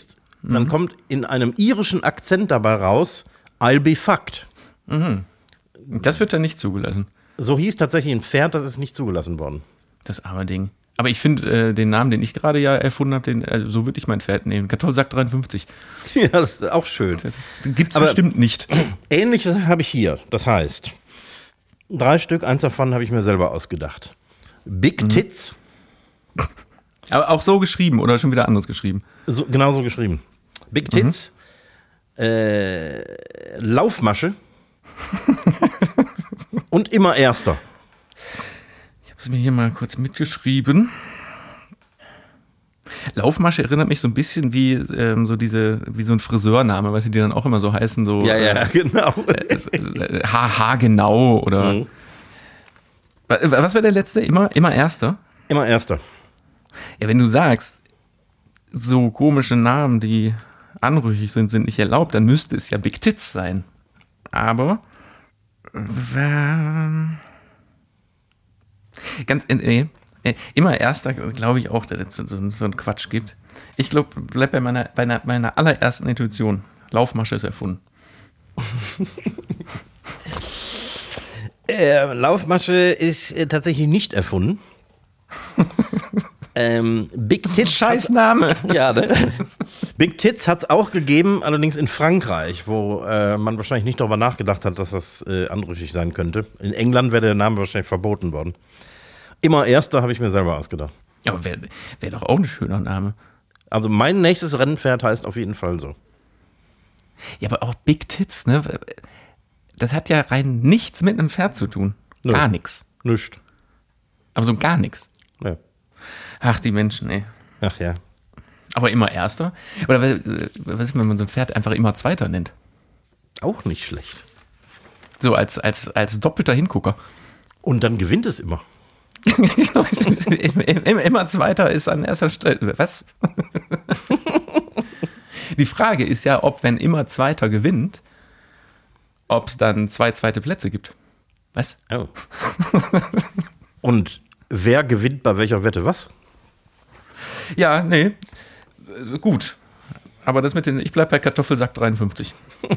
dann mhm. kommt in einem irischen Akzent dabei raus, I'll be fucked. Mhm. Das wird dann nicht zugelassen. So hieß tatsächlich ein Pferd, das ist nicht zugelassen worden. Das arme Ding. Aber ich finde äh, den Namen, den ich gerade ja erfunden habe, den, äh, so würde ich mein Pferd nehmen. Kartoffelsack dreiundfünfzig. Ja, das ist auch schön. Gibt es bestimmt nicht. Ähnliches habe ich hier. Das heißt, drei Stück, eins davon habe ich mir selber ausgedacht. Big mhm. Tits. Aber auch so geschrieben oder schon wieder anders geschrieben? So, genau so geschrieben. Big Tits. Mhm. Äh, Laufmasche. Und immer Erster. Ich habe es mir hier mal kurz mitgeschrieben. Laufmasche erinnert mich so ein bisschen wie ähm, so diese, wie so ein Friseurname, weißt du, die dann auch immer so heißen, so ja, ja, äh, genau. Äh, Haha, genau oder mhm. Was wäre der letzte? Immer, immer Erster? Immer Erster. Ja, wenn du sagst, so komische Namen, die anrüchig sind, sind nicht erlaubt, dann müsste es ja Big Tits sein. Aber ähm, ganz, nee, immer Erster, glaube ich auch, dass es so, so einen Quatsch gibt. Ich glaube, bleib bei meiner, bei meiner, meiner allerersten Intuition. Laufmasche ist erfunden. äh, Laufmasche ist äh, tatsächlich nicht erfunden. ähm, Big Tits. Scheißname. Ja, ne? Big Tits hat es auch gegeben, allerdings in Frankreich, wo äh, man wahrscheinlich nicht darüber nachgedacht hat, dass das äh, anrüchig sein könnte. In England wäre der Name wahrscheinlich verboten worden. Immer Erster habe ich mir selber ausgedacht. Ja, aber wäre wär doch auch ein schöner Name. Also mein nächstes Rennpferd heißt auf jeden Fall so. Ja, aber auch Big Tits, ne? Das hat ja rein nichts mit einem Pferd zu tun. Nö. Gar nichts. Nichts. Aber so gar nichts. Ja. Ach, die Menschen, ey. Ach ja. Aber immer Erster? Oder was ist, wenn man so ein Pferd einfach immer Zweiter nennt? Auch nicht schlecht. So als, als, als doppelter Hingucker. Und dann gewinnt es immer. Immer Zweiter ist an erster Stelle. Was? Die Frage ist ja, ob, wenn immer Zweiter gewinnt, ob es dann zwei zweite Plätze gibt. Was? Oh. Und wer gewinnt bei welcher Wette was? Ja, nee. Gut. Aber das mit den, ich bleib bei Kartoffelsack dreiundfünfzig.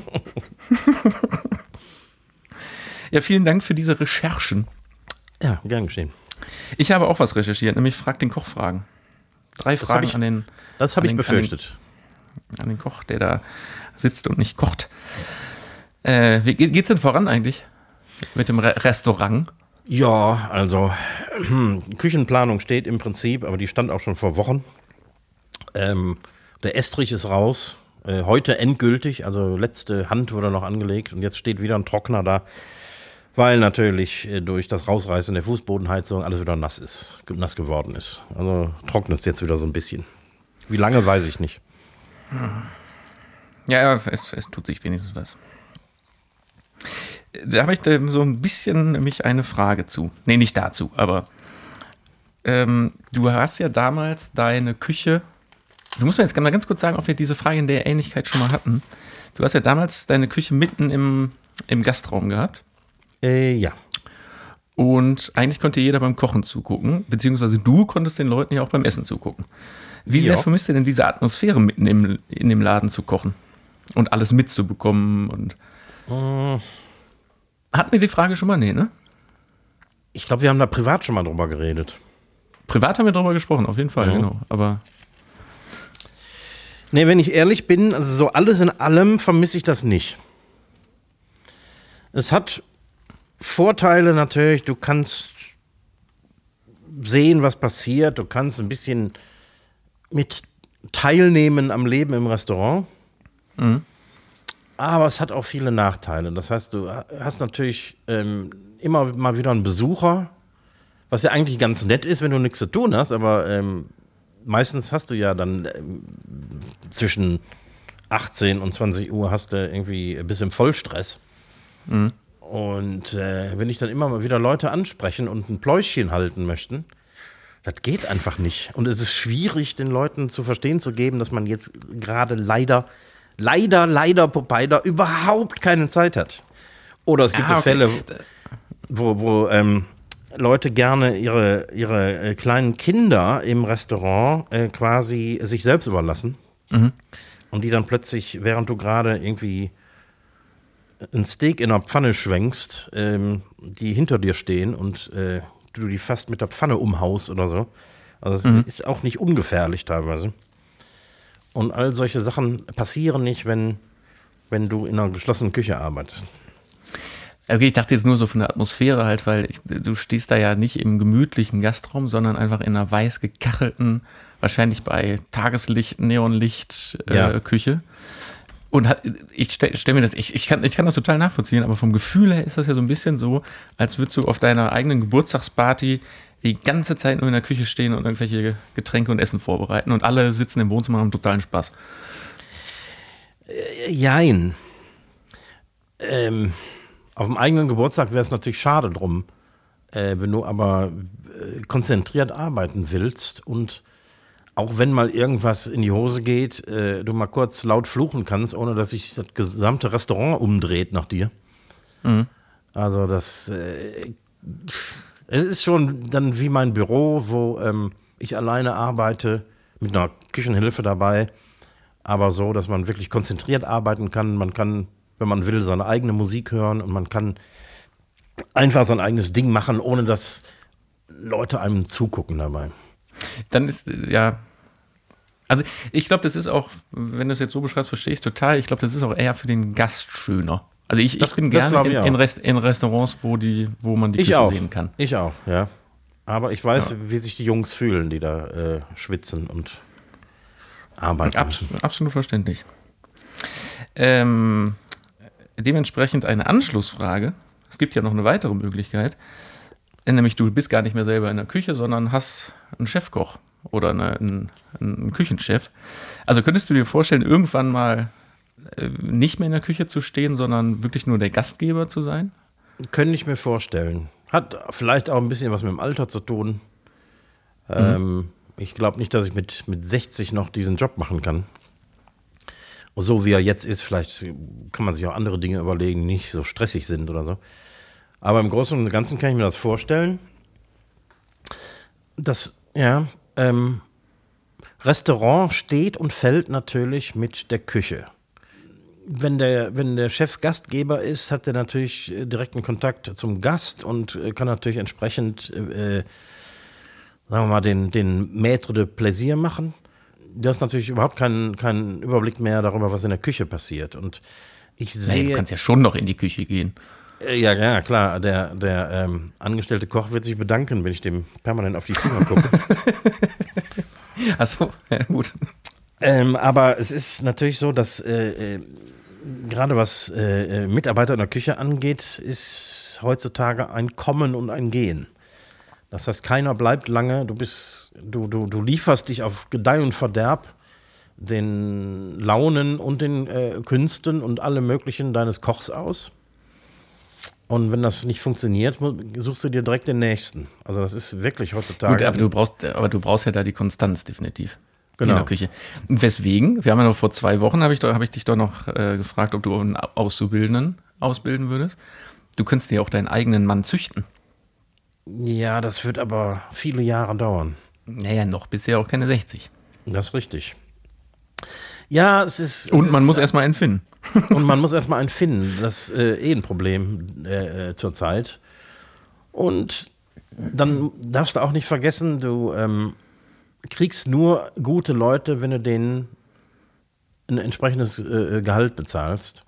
Ja, vielen Dank für diese Recherchen. Ja, gern geschehen. Ich habe auch was recherchiert, nämlich Frag den Koch Fragen. Drei das Fragen ich, an den. Das habe ich den, befürchtet. An den, an den Koch, der da sitzt und nicht kocht. Äh, wie geht's denn voran eigentlich mit dem Re- Restaurant? Ja, also hm, Küchenplanung steht im Prinzip, aber die stand auch schon vor Wochen. Ähm, der Estrich ist raus, äh, heute endgültig, also letzte Hand wurde noch angelegt und jetzt steht wieder ein Trockner da, weil natürlich äh, durch das Rausreißen der Fußbodenheizung alles wieder nass ist, nass geworden ist. Also trocknet es jetzt wieder so ein bisschen. Wie lange, weiß ich nicht. Ja, ja es, es tut sich wenigstens was. Da habe ich da so ein bisschen nämlich eine Frage zu. Nee, nicht dazu, aber ähm, du hast ja damals deine Küche, du musst mir jetzt mal ganz kurz sagen, ob wir diese Frage in der Ähnlichkeit schon mal hatten. Du hast ja damals deine Küche mitten im, im Gastraum gehabt. Äh, ja. Und eigentlich konnte jeder beim Kochen zugucken, beziehungsweise du konntest den Leuten ja auch beim Essen zugucken. Wie sehr ja. vermisst ihr denn diese Atmosphäre mitten im, in dem Laden zu kochen und alles mitzubekommen? Und äh. Hatten wir die Frage schon mal? Nee, ne? Ich glaube, wir haben da privat schon mal drüber geredet. Privat haben wir drüber gesprochen, auf jeden Fall, mhm. genau. Aber nee, wenn ich ehrlich bin, also so alles in allem vermisse ich das nicht. Es hat Vorteile natürlich, du kannst sehen, was passiert, du kannst ein bisschen mit teilnehmen am Leben im Restaurant. Mhm. Aber es hat auch viele Nachteile. Das heißt, du hast natürlich ähm, immer mal wieder einen Besucher, was ja eigentlich ganz nett ist, wenn du nichts zu tun hast, aber ähm, meistens hast du ja dann ähm, zwischen achtzehn und zwanzig Uhr hast du irgendwie ein bisschen Vollstress. Mhm. Und äh, wenn ich dann immer mal wieder Leute ansprechen und ein Pläuschchen halten möchten, das geht einfach nicht. Und es ist schwierig, den Leuten zu verstehen zu geben, dass man jetzt gerade leider Leider, leider Popeye da überhaupt keine Zeit hat. Oder es gibt ah, so okay. Fälle, wo, wo ähm, Leute gerne ihre, ihre äh, kleinen Kinder im Restaurant äh, quasi sich selbst überlassen. Mhm. und die dann plötzlich, während du gerade irgendwie ein Steak in der Pfanne schwenkst, ähm, die hinter dir stehen und äh, du die fast mit der Pfanne umhaust oder so. Also es mhm. ist auch nicht ungefährlich teilweise. Und all solche Sachen passieren nicht, wenn, wenn du in einer geschlossenen Küche arbeitest. Okay, ich dachte jetzt nur so von der Atmosphäre halt, weil ich, du stehst da ja nicht im gemütlichen Gastraum, sondern einfach in einer weiß gekachelten, wahrscheinlich bei Tageslicht, Neonlicht äh, ja. Küche. Und hat, ich stelle stell mir das, ich, ich, kann, ich kann das total nachvollziehen, aber vom Gefühl her ist das ja so ein bisschen so, als würdest du auf deiner eigenen Geburtstagsparty die ganze Zeit nur in der Küche stehen und irgendwelche Getränke und Essen vorbereiten und alle sitzen im Wohnzimmer und haben totalen Spaß. Äh, jein. Ähm, auf dem eigenen Geburtstag wäre es natürlich schade drum, äh, wenn du aber äh, konzentriert arbeiten willst und auch wenn mal irgendwas in die Hose geht, äh, du mal kurz laut fluchen kannst, ohne dass sich das gesamte Restaurant umdreht nach dir. Mhm. Also das, äh, es ist schon dann wie mein Büro, wo ähm, ich alleine arbeite, mit einer Küchenhilfe dabei, aber so, dass man wirklich konzentriert arbeiten kann. Man kann, wenn man will, seine eigene Musik hören und man kann einfach sein eigenes Ding machen, ohne dass Leute einem zugucken dabei. Dann ist, ja, also ich glaube, das ist auch, wenn du es jetzt so beschreibst, verstehe ich total, ich glaube, das ist auch eher für den Gast schöner. Also ich, das, ich bin gerne in, in, Rest, in Restaurants, wo, die, wo man die ich Küche auch. sehen kann. Ich auch, ja. Aber ich weiß, ja. wie sich die Jungs fühlen, die da äh, schwitzen und arbeiten. Abs- absolut verständlich. Ähm, dementsprechend eine Anschlussfrage. Es gibt ja noch eine weitere Möglichkeit. Nämlich du bist gar nicht mehr selber in der Küche, sondern hast einen Chefkoch oder eine, einen, einen Küchenchef. Also könntest du dir vorstellen, irgendwann mal äh, nicht mehr in der Küche zu stehen, sondern wirklich nur der Gastgeber zu sein? Könnte ich mir vorstellen. Hat vielleicht auch ein bisschen was mit dem Alter zu tun. Mhm. Ähm, ich glaube nicht, dass ich mit, mit sechzig noch diesen Job machen kann. Und so wie er jetzt ist, vielleicht kann man sich auch andere Dinge überlegen, die nicht so stressig sind oder so. Aber im Großen und Ganzen kann ich mir das vorstellen. Das, ja, ähm, Restaurant steht und fällt natürlich mit der Küche. Wenn der, wenn der Chef Gastgeber ist, hat er natürlich direkten Kontakt zum Gast und kann natürlich entsprechend, äh, sagen wir mal, den, den Maître de Plaisir machen. Du hast natürlich überhaupt keinen, keinen Überblick mehr darüber, was in der Küche passiert. Und ich sehe. Nee, du kannst ja schon noch in die Küche gehen. Ja, ja, klar. Der, der ähm, angestellte Koch wird sich bedanken, wenn ich dem permanent auf die Finger gucke. Ach so, ja, gut. Ähm, aber es ist natürlich so, dass äh, äh, gerade was äh, Mitarbeiter in der Küche angeht, ist heutzutage ein Kommen und ein Gehen. Das heißt, keiner bleibt lange. Du bist, du, du, du lieferst dich auf Gedeih und Verderb den Launen und den äh, Künsten und allem Möglichen deines Kochs aus. Und wenn das nicht funktioniert, suchst du dir direkt den nächsten. Also das ist wirklich heutzutage. Gut, aber du brauchst, aber du brauchst ja da die Konstanz definitiv. Genau. In der Küche. Und weswegen? Wir haben ja noch vor zwei Wochen, habe ich, hab ich dich doch noch äh, gefragt, ob du einen Auszubildenden ausbilden würdest. Du könntest dir auch deinen eigenen Mann züchten. Ja, das wird aber viele Jahre dauern. Naja, noch bisher auch keine sechzig. Das ist richtig. Ja, es ist... Es Und man ist, muss erstmal einen finden. Und man muss erstmal einen finden. Das ist äh, eh ein Problem äh, zurzeit. Und dann darfst du auch nicht vergessen, du ähm, kriegst nur gute Leute, wenn du denen ein entsprechendes äh, Gehalt bezahlst.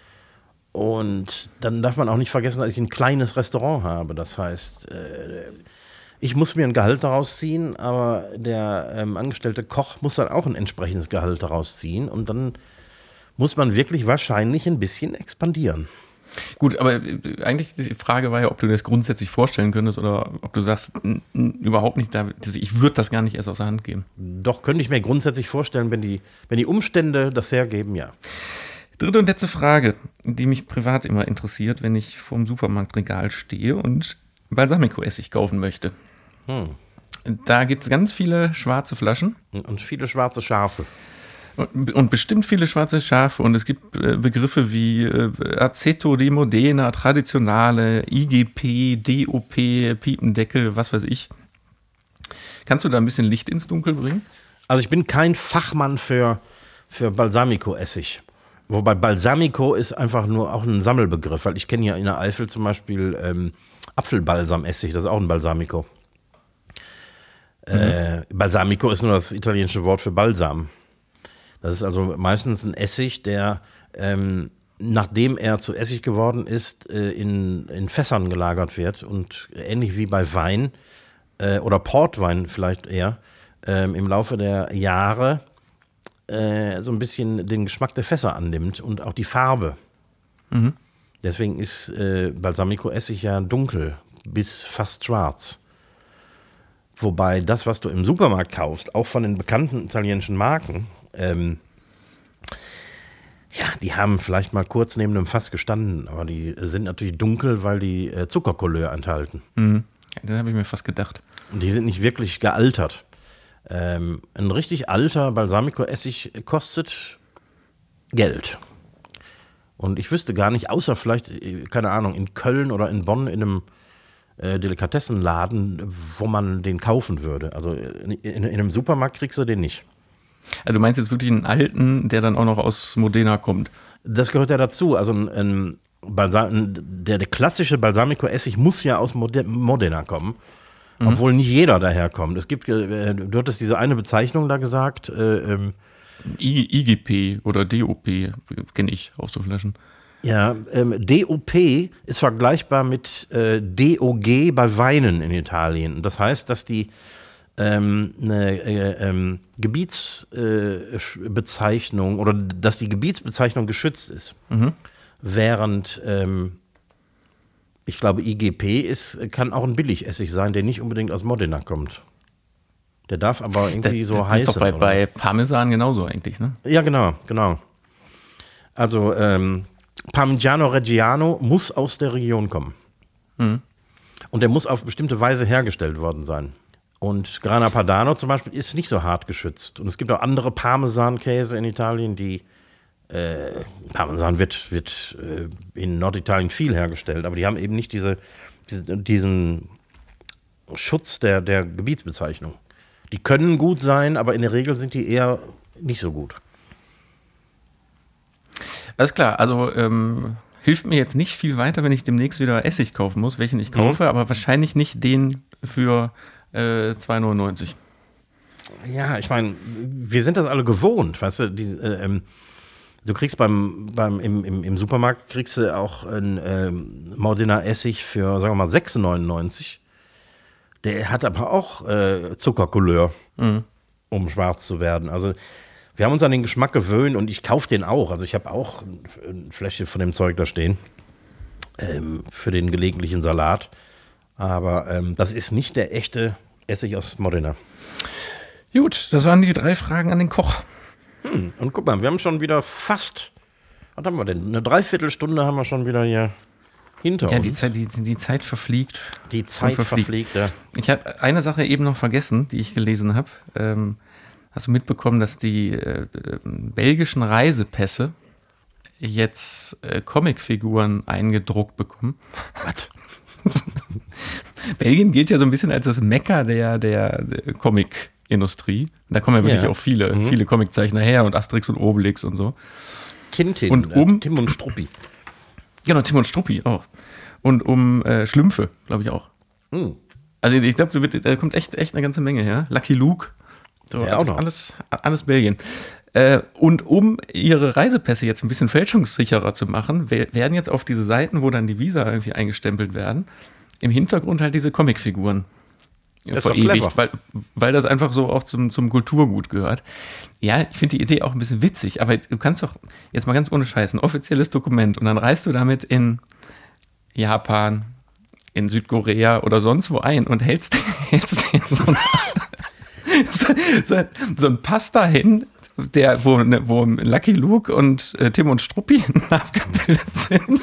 Und dann darf man auch nicht vergessen, dass ich ein kleines Restaurant habe. Das heißt, äh, ich muss mir ein Gehalt daraus ziehen, aber der ähm, angestellte Koch muss dann auch ein entsprechendes Gehalt daraus ziehen. Und dann muss man wirklich wahrscheinlich ein bisschen expandieren. Gut, aber eigentlich die Frage war ja, ob du das grundsätzlich vorstellen könntest oder ob du sagst, n- n- überhaupt nicht, da, ich würde das gar nicht erst aus der Hand geben. Doch, könnte ich mir grundsätzlich vorstellen, wenn die, wenn die Umstände das hergeben, ja. Dritte und letzte Frage, die mich privat immer interessiert, wenn ich vorm Supermarktregal stehe und Balsamico-Essig kaufen möchte. Hm. Da gibt es ganz viele schwarze Flaschen. Und viele schwarze Schafe. Und, und bestimmt viele schwarze Schafe. Und es gibt äh, Begriffe wie äh, Aceto de Modena, Traditionale, I G P, D O P, Piependeckel, was weiß ich. Kannst du da ein bisschen Licht ins Dunkel bringen? Also ich bin kein Fachmann für, für Balsamico-Essig. Wobei Balsamico ist einfach nur auch ein Sammelbegriff, weil ich kenne ja in der Eifel zum Beispiel ähm, Apfelbalsamessig, das ist auch ein Balsamico. Mhm. Äh, Balsamico ist nur das italienische Wort für Balsam. Das ist also meistens ein Essig, der, ähm, nachdem er zu Essig geworden ist, äh, in, in Fässern gelagert wird und ähnlich wie bei Wein äh, oder Portwein vielleicht eher, ähm, im Laufe der Jahre äh, so ein bisschen den Geschmack der Fässer annimmt und auch die Farbe. Mhm. Deswegen ist äh, Balsamico-Essig ja dunkel bis fast schwarz. Wobei das, was du im Supermarkt kaufst, auch von den bekannten italienischen Marken, ähm, ja, die haben vielleicht mal kurz neben einem Fass gestanden, aber die sind natürlich dunkel, weil die äh, Zuckercouleur enthalten. Mhm. Ja, das habe ich mir fast gedacht. Und die sind nicht wirklich gealtert. Ähm, ein richtig alter Balsamico-Essig kostet Geld. Und ich wüsste gar nicht, außer vielleicht, keine Ahnung, in Köln oder in Bonn in einem äh, Delikatessenladen, wo man den kaufen würde. Also in, in, in einem Supermarkt kriegst du den nicht. Also du meinst jetzt wirklich einen alten, der dann auch noch aus Modena kommt? Das gehört ja dazu. Also ein, ein Balsam, der, der klassische Balsamico-Essig muss ja aus Modena kommen. Mhm. Obwohl nicht jeder daherkommt. Es gibt, äh, du hattest diese eine Bezeichnung da gesagt. Äh, ähm, I G P oder D O P kenne ich auf so Flaschen. Ja, ähm, D O P ist vergleichbar mit äh, D O G bei Weinen in Italien. Das heißt, dass die ähm, eine äh, ähm, Gebietsbezeichnung äh, oder dass die Gebietsbezeichnung geschützt ist. Mhm. Während ähm, ich glaube, I G P ist, kann auch ein Billigessig sein, der nicht unbedingt aus Modena kommt. Der darf aber irgendwie das, so das heißen. Das ist doch bei, bei Parmesan genauso eigentlich, ne? Ja, genau, genau. Also ähm, Parmigiano Reggiano muss aus der Region kommen. Mhm. Und der muss auf bestimmte Weise hergestellt worden sein. Und Grana Padano zum Beispiel ist nicht so hart geschützt. Und es gibt auch andere Parmesankäse in Italien, die Äh, Parmesan wird, wird äh, in Norditalien viel hergestellt, aber die haben eben nicht diese, diese, diesen Schutz der, der Gebietsbezeichnung. Die können gut sein, aber in der Regel sind die eher nicht so gut. Alles klar, also ähm, hilft mir jetzt nicht viel weiter, wenn ich demnächst wieder Essig kaufen muss, welchen ich kaufe, mhm. aber wahrscheinlich nicht den für äh, zwei neunundneunzig. Ja, ich meine, wir sind das alle gewohnt, weißt du, die, äh, ähm, du kriegst beim, beim im, im, im Supermarkt kriegst du auch einen ähm, Modena Essig für, sagen wir mal, sechs neunundneunzig. Der hat aber auch äh, Zuckercouleur, mhm. um schwarz zu werden. Also wir haben uns an den Geschmack gewöhnt und ich kaufe den auch. Also ich habe auch eine Fläche von dem Zeug da stehen ähm, für den gelegentlichen Salat. Aber ähm, das ist nicht der echte Essig aus Modena. Gut, das waren die drei Fragen an den Koch. Hm, und guck mal, wir haben schon wieder fast, was haben wir denn? Eine Dreiviertelstunde haben wir schon wieder hier hinter ja, uns. Die Zeit, die, die Zeit verfliegt. Die Zeit verfliegt, verfliegt ja. Ich habe eine Sache eben noch vergessen, die ich gelesen habe. Ähm, hast du mitbekommen, dass die äh, äh, belgischen Reisepässe jetzt äh, Comicfiguren eingedruckt bekommen? Was? Belgien gilt ja so ein bisschen als das Mekka der, der, der Comic- Industrie. Da kommen ja wirklich ja. auch viele, mhm. viele Comiczeichner her und Asterix und Obelix und so. Tintin, und um, äh, Tim und Struppi. Genau, Tim und Struppi auch. Und um äh, Schlümpfe, glaube ich auch. Mhm. Also ich glaube, da kommt echt, echt eine ganze Menge her. Lucky Luke. So, ja, also alles, alles Belgien. Äh, und um ihre Reisepässe jetzt ein bisschen fälschungssicherer zu machen, werden jetzt auf diese Seiten, wo dann die Visa irgendwie eingestempelt werden, im Hintergrund halt diese Comicfiguren verewigt, weil, weil das einfach so auch zum, zum Kulturgut gehört. Ja, ich finde die Idee auch ein bisschen witzig, aber du kannst doch jetzt mal ganz ohne Scheiß ein offizielles Dokument und dann reist du damit in Japan, in Südkorea oder sonst wo ein und hältst, hältst den so, ein, so, so ein Pass dahin, der, wo, wo Lucky Luke und äh, Tim und Struppi abgebildet sind.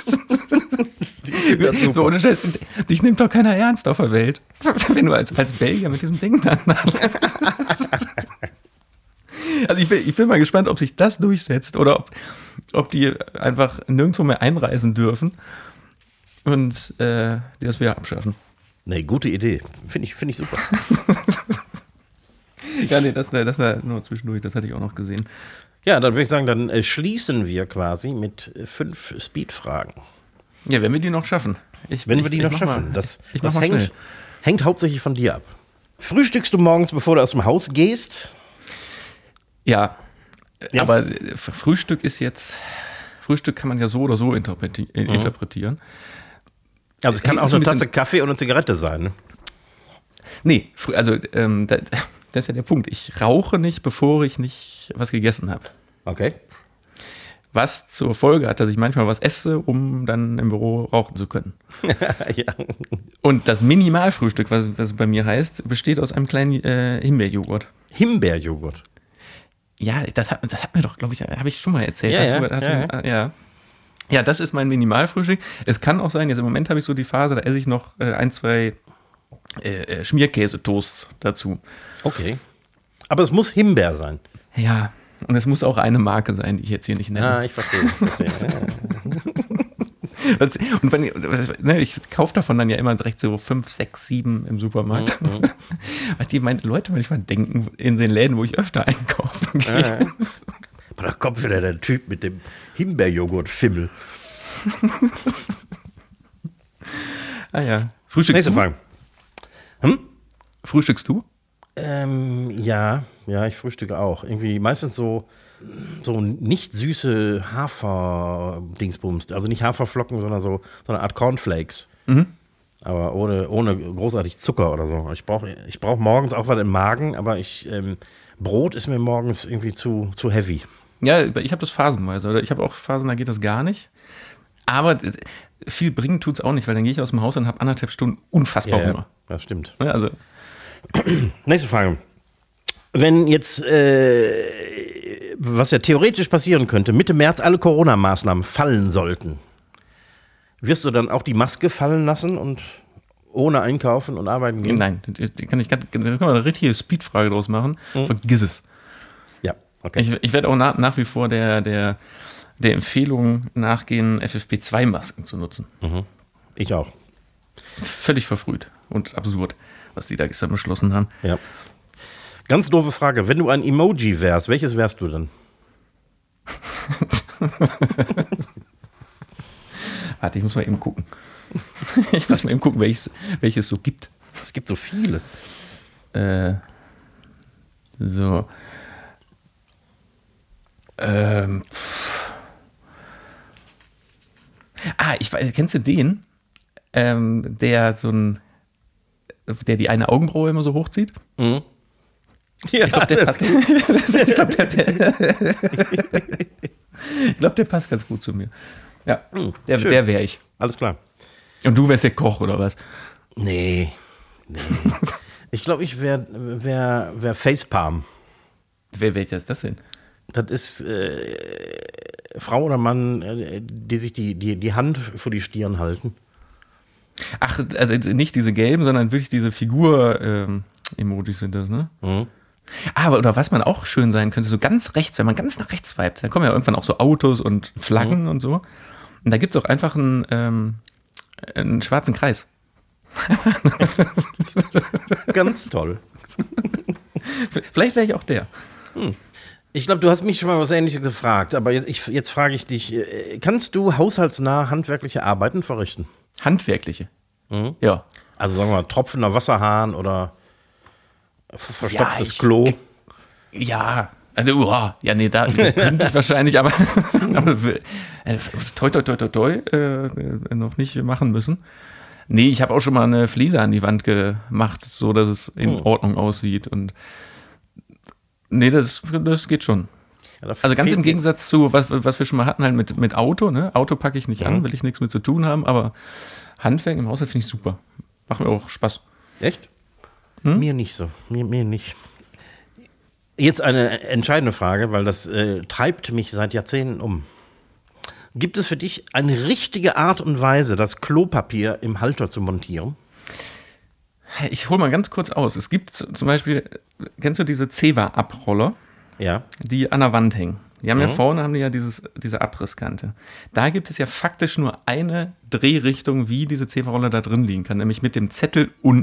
So ohne Scheiß, dich nimmt doch keiner ernst auf der Welt, wenn du als, als Belgier mit diesem Ding dann. Also ich bin, ich bin mal gespannt, ob sich das durchsetzt oder ob, ob die einfach nirgendwo mehr einreisen dürfen und äh, die das wieder abschaffen. Nee, gute Idee. Finde ich, find ich super. Ja, nee, das, das war nur zwischendurch, das hatte ich auch noch gesehen. Ja, dann würde ich sagen, dann äh, schließen wir quasi mit äh, fünf Speed-Fragen. Ja, wenn wir die noch schaffen. Ich, Wenn ich, wir die ich noch mach schaffen. Mal, das ich das mach mal hängt, schnell. hängt hauptsächlich von dir ab. Frühstückst du morgens, bevor du aus dem Haus gehst? Ja, Ja. aber äh, Frühstück ist jetzt, Frühstück kann man ja so oder so interpreti äh, Mhm. interpretieren. Also es kann Hängt auch so ein eine Tasse bisschen- Kaffee und eine Zigarette sein. Ne? Nee, fr- also ähm, da, das ist ja der Punkt. Ich rauche nicht, bevor ich nicht was gegessen habe. Okay. Was zur Folge hat, dass ich manchmal was esse, um dann im Büro rauchen zu können. Ja. Und das Minimalfrühstück, was, was bei mir heißt, besteht aus einem kleinen äh, Himbeerjoghurt. Himbeerjoghurt. Ja, das hat, das hat mir doch, glaube ich, habe ich schon mal erzählt. Ja, Hast ja, du, hast ja, du, ja. Ja, das ist mein Minimalfrühstück. Es kann auch sein, jetzt im Moment habe ich so die Phase, da esse ich noch äh, ein, zwei äh, äh, Schmierkäsetoasts dazu. Okay. Aber es muss Himbeer sein. Ja, und es muss auch eine Marke sein, die ich jetzt hier nicht nenne. Ah, ich verstehe. Ich, verstehe. Ja. Was, und wenn, ne, ich kaufe davon dann ja immer direkt so fünf, sechs, sieben im Supermarkt. Mhm. Was die meine Leute manchmal denken in den Läden, wo ich öfter einkaufen gehe. Ja, ja. Aber da kommt wieder der Typ mit dem Himbeerjoghurt-Fimmel. Ah ja. Frühstückst Nächste du? Frage. Hm? Frühstückst du? Ähm, ja, ja, ich frühstücke auch. Irgendwie meistens so, so nicht süße Hafer-Dingsbums. Also nicht Haferflocken, sondern so, so eine Art Cornflakes. Mhm. Aber ohne, ohne großartig Zucker oder so. Ich brauche ich brauch morgens auch was im Magen, aber ich, ähm, Brot ist mir morgens irgendwie zu, zu heavy. Ja, ich habe das phasenweise. Oder ich habe auch Phasen, da geht das gar nicht. Aber viel bringen tut es auch nicht, weil dann gehe ich aus dem Haus und habe anderthalb Stunden unfassbar Ja, Hunger. das stimmt. Ja, also, Nächste Frage. Wenn jetzt, äh, was ja theoretisch passieren könnte, Mitte März alle Corona-Maßnahmen fallen sollten, wirst du dann auch die Maske fallen lassen und ohne einkaufen und arbeiten gehen? nein, da kann ich ganz, da kann man eine richtige Speedfrage draus machen. Vergiss es. Ja, okay. Ich, ich werde auch nach, nach wie vor der, der, der Empfehlung nachgehen, F F P zwei Masken zu nutzen. Ich auch. Völlig verfrüht und absurd, was die da gestern beschlossen haben. Ja. Ganz doofe Frage. Wenn du ein Emoji wärst, welches wärst du denn? Warte, ich muss mal eben gucken. Ich muss mal eben gucken, welches, welches es so gibt. Es gibt so viele. Äh, so. Ähm. pff. Ah, ich weiß, kennst du den? Ähm, der so ein, der die eine Augenbraue immer so hochzieht? Mhm. Ja, Ich glaube, der, das- passt- ich glaub, der, der, ich glaub, der passt ganz gut zu mir. Ja, der, schön. der wäre ich. alles klar. Und du wärst der Koch, oder was? Nee, nee. Ich glaube, ich wäre wär, wär Facepalm. Wer wäre das denn? Das ist äh, Frau oder Mann, äh, die sich die, die, die Hand vor die Stirn halten. Ach, also nicht diese gelben, sondern wirklich diese Figur-Emojis sind das, ne? Mhm. Aber, oder was man auch schön sein könnte, so ganz rechts, wenn man ganz nach rechts swipet, dann kommen ja irgendwann auch so Autos und Flaggen Mhm. und so. Und da gibt es auch einfach einen, ähm, einen schwarzen Kreis. Ganz toll. Vielleicht wäre ich auch der. Ich glaube, du hast mich schon mal was Ähnliches gefragt, aber jetzt, ich, jetzt frage ich dich, äh, kannst du haushaltsnah handwerkliche Arbeiten verrichten? Handwerkliche. Mhm. Ja. Also sagen wir mal, tropfender Wasserhahn oder ver- verstopftes ich- Klo. Ja, also, uah, ja, nee, da das könnte ich wahrscheinlich, aber, aber äh, toi, toi, toi, toi, toi, äh, äh, noch nicht machen müssen. Nee, ich habe auch schon mal eine Fliese an die Wand gemacht, so dass es in Oh. Ordnung aussieht. Und nee, das, das geht schon. Ja, da Also ganz fehlt im mir- Gegensatz zu, was, was wir schon mal hatten, halt mit, mit Auto, ne? Auto packe ich nicht Mhm. an, will ich nichts mit zu tun haben, aber Handwerk im Haushalt finde ich super. Macht mir auch Spaß. Echt? Mir nicht so. Mir, mir nicht. Jetzt eine entscheidende Frage, weil das äh, treibt mich seit Jahrzehnten um. Gibt es für dich eine richtige Art und Weise, das Klopapier im Halter zu montieren? Ich hole mal ganz kurz aus. Es gibt z- zum Beispiel, kennst du diese Zewa-Abroller, Ja. die an der Wand hängen? Die haben ja Mhm. vorne haben die ja dieses, diese Abrisskante. Da gibt es ja faktisch nur eine Drehrichtung, wie diese Zewa-Roller da drin liegen kann, nämlich mit dem Zettel unten.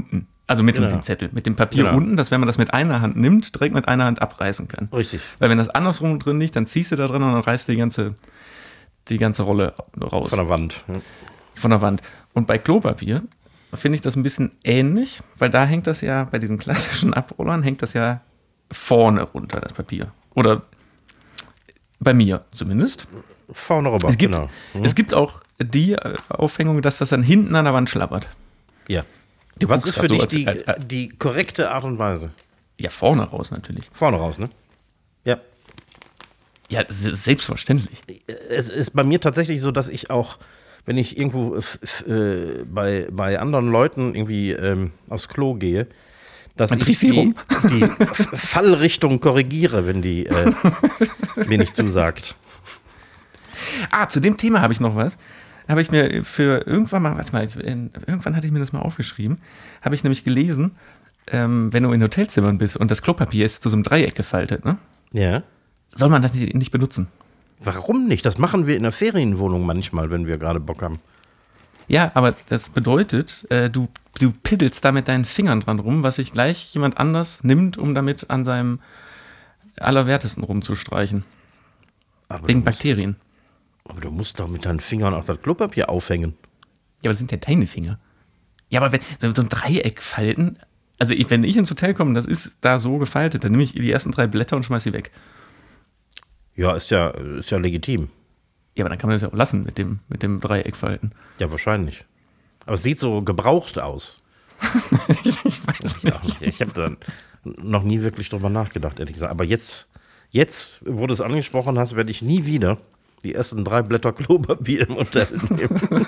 Also mit Genau. dem Zettel, mit dem Papier Genau. unten, dass wenn man das mit einer Hand nimmt, direkt mit einer Hand abreißen kann. Richtig. Weil wenn das andersrum drin liegt, dann ziehst du da drin und dann reißt du die ganze, die ganze Rolle raus. Von der Wand. Ja. Von der Wand. Und bei Klopapier finde ich das ein bisschen ähnlich, weil da hängt das ja, bei diesen klassischen Abrollern hängt das ja vorne runter, das Papier. Oder bei mir zumindest. Vorne rüber, Es gibt, genau. Mhm. es gibt auch die äh, Aufhängung, dass das dann hinten an der Wand schlabbert. Ja. Du Was guckst ist für grad dich so als- die, als- die korrekte Art und Weise? Ja, vorne raus natürlich. Vorne raus, ne? Ja. Ja, s- selbstverständlich. Es ist bei mir tatsächlich so, dass ich auch, wenn ich irgendwo f- f- äh, bei, bei anderen Leuten irgendwie ähm, aufs Klo gehe, dass Man ich drehst sie die, rum. die F- Fallrichtung korrigiere, wenn die äh, mir nicht zusagt. Ah, zu dem Thema habe ich noch was. Habe ich mir für irgendwann mal, warte mal, in, irgendwann hatte ich mir das mal aufgeschrieben, habe ich nämlich gelesen, ähm, wenn du in Hotelzimmern bist und das Klopapier ist zu so einem Dreieck gefaltet, ne? Ja. Soll man das nicht nicht benutzen? Warum nicht? Das machen wir in der Ferienwohnung manchmal, wenn wir gerade Bock haben. Ja, aber das bedeutet, äh, du, du piddelst da mit deinen Fingern dran rum, was sich gleich jemand anders nimmt, um damit an seinem Allerwertesten rumzustreichen. Aber Wegen du musst, Bakterien. aber du musst doch mit deinen Fingern auch das Klopapier aufhängen. Ja, aber das sind ja deine Finger. Ja, aber wenn so, so ein Dreieck falten, also ich, wenn ich ins Hotel komme, das ist da so gefaltet, dann nehme ich die ersten drei Blätter und schmeiß sie weg. Ja, ist ja, ist ja legitim. Ja, aber dann kann man das ja auch lassen mit dem, mit dem Dreieck falten. Ja, wahrscheinlich. Aber es sieht so gebraucht aus. ich weiß Ja, ich habe da noch nie wirklich drüber nachgedacht, ehrlich gesagt. Aber jetzt, jetzt, wo du es angesprochen hast, werde ich nie wieder die ersten drei Blätter Klopapier im Hotel nehmen.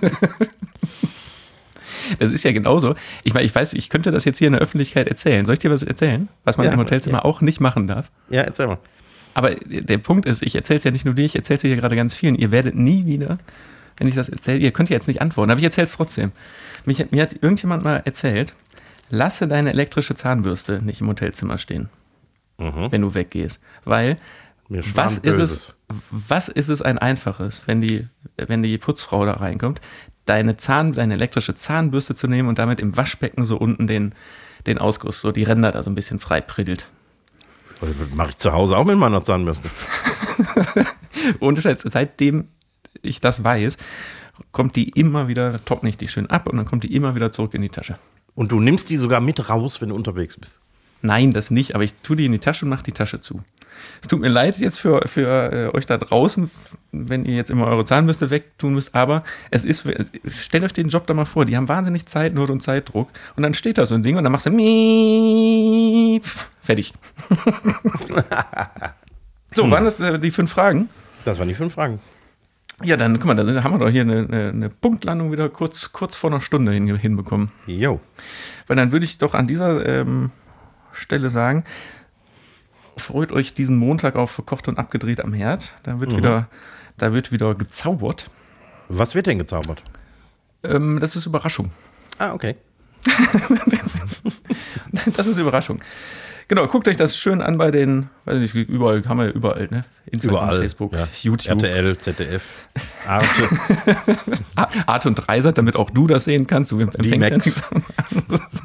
Das ist ja genauso. Ich meine, ich weiß, ich könnte das jetzt hier in der Öffentlichkeit erzählen. Soll ich dir was erzählen, was man Ja, im Hotelzimmer ja. auch nicht machen darf? Ja, erzähl mal. Aber der Punkt ist, ich erzähle es ja nicht nur dir, ich erzähle es hier gerade ganz vielen. Ihr werdet nie wieder, wenn ich das erzähle, ihr könnt ja jetzt nicht antworten, aber ich erzähle es trotzdem. Mich, mir hat irgendjemand mal erzählt, lasse deine elektrische Zahnbürste nicht im Hotelzimmer stehen, Mhm. wenn du weggehst. Weil, Mir schwant was ist, Böses. es, was ist es ein einfaches, wenn die, wenn die Putzfrau da reinkommt, deine, Zahn, deine elektrische Zahnbürste zu nehmen und damit im Waschbecken so unten den, den Ausguss, so die Ränder da so ein bisschen frei priddelt. Das mache ich zu Hause auch mit meiner Zahnbürste. Und seitdem ich das weiß, kommt die immer wieder, trockne ich die schön ab und dann kommt die immer wieder zurück in die Tasche. Und du nimmst die sogar mit raus, wenn du unterwegs bist. Nein, das nicht, aber ich tue die in die Tasche und mache die Tasche zu. Es tut mir leid jetzt für, für äh, euch da draußen, wenn ihr jetzt immer eure Zahnbürste wegtun müsst, aber es ist, stellt euch den Job da mal vor, die haben wahnsinnig Zeitnot und Zeitdruck und dann steht da so ein Ding und dann machst du miep, fertig. So, waren das äh, die fünf Fragen? Das waren die fünf Fragen. Ja, dann, guck mal, da sind- haben wir doch hier eine, eine, eine Punktlandung wieder kurz, kurz vor einer Stunde hin, hinbekommen. Jo. Weil dann würde ich doch an dieser ähm, Stelle sagen, freut euch diesen Montag auf verkocht und abgedreht am Herd. Da wird, wieder, da wird wieder gezaubert. Was wird denn gezaubert? Ähm, das ist Überraschung. Ah, okay. Das ist Überraschung. Genau, guckt euch das schön an bei den, weiß nicht, überall, haben wir überall, ne? Instagram, Überall. Facebook, Ja. YouTube. R T L, Z D F, Arte. A- Art und Dreisat, damit auch du das sehen kannst. Du empfängst ja D-Max. nichts anderes.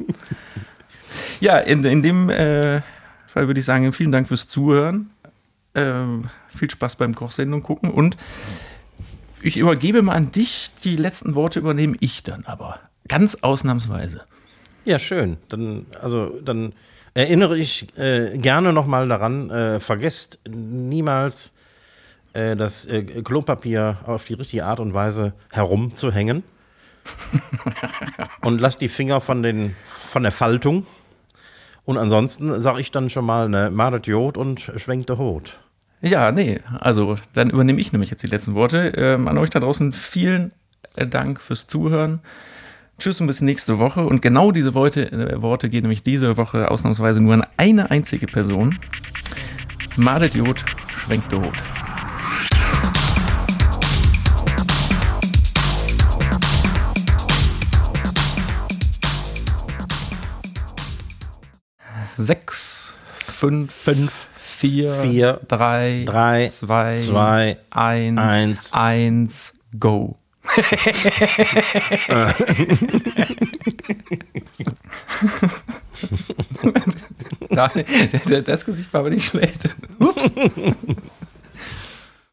Ja, in, in dem äh, Fall würde ich sagen, vielen Dank fürs Zuhören. Ähm, viel Spaß beim Kochsendung gucken und ich übergebe mal an dich. Die letzten Worte übernehme ich dann aber. Ganz ausnahmsweise. Ja, schön. Dann, also, dann erinnere ich äh, gerne nochmal daran, äh, vergesst niemals äh, das äh, Klopapier auf die richtige Art und Weise herumzuhängen. Und lasst die Finger von, den, von der Faltung. Und ansonsten sage ich dann schon mal, ne, madet Jod und schwenkte Hut. Ja, nee, also dann übernehme ich nämlich jetzt die letzten Worte. Ähm, an euch da draußen vielen äh, Dank fürs Zuhören. Tschüss und bis nächste Woche. Und genau diese Worte, äh, Worte gehen nämlich diese Woche ausnahmsweise nur an eine einzige Person. Madet Jod, schwenkt Hut. Sechs, fünf, fünf, vier, Vier, drei, drei, zwei, zwei, eins, eins. eins, go. Das Gesicht war aber nicht schlecht. Ups.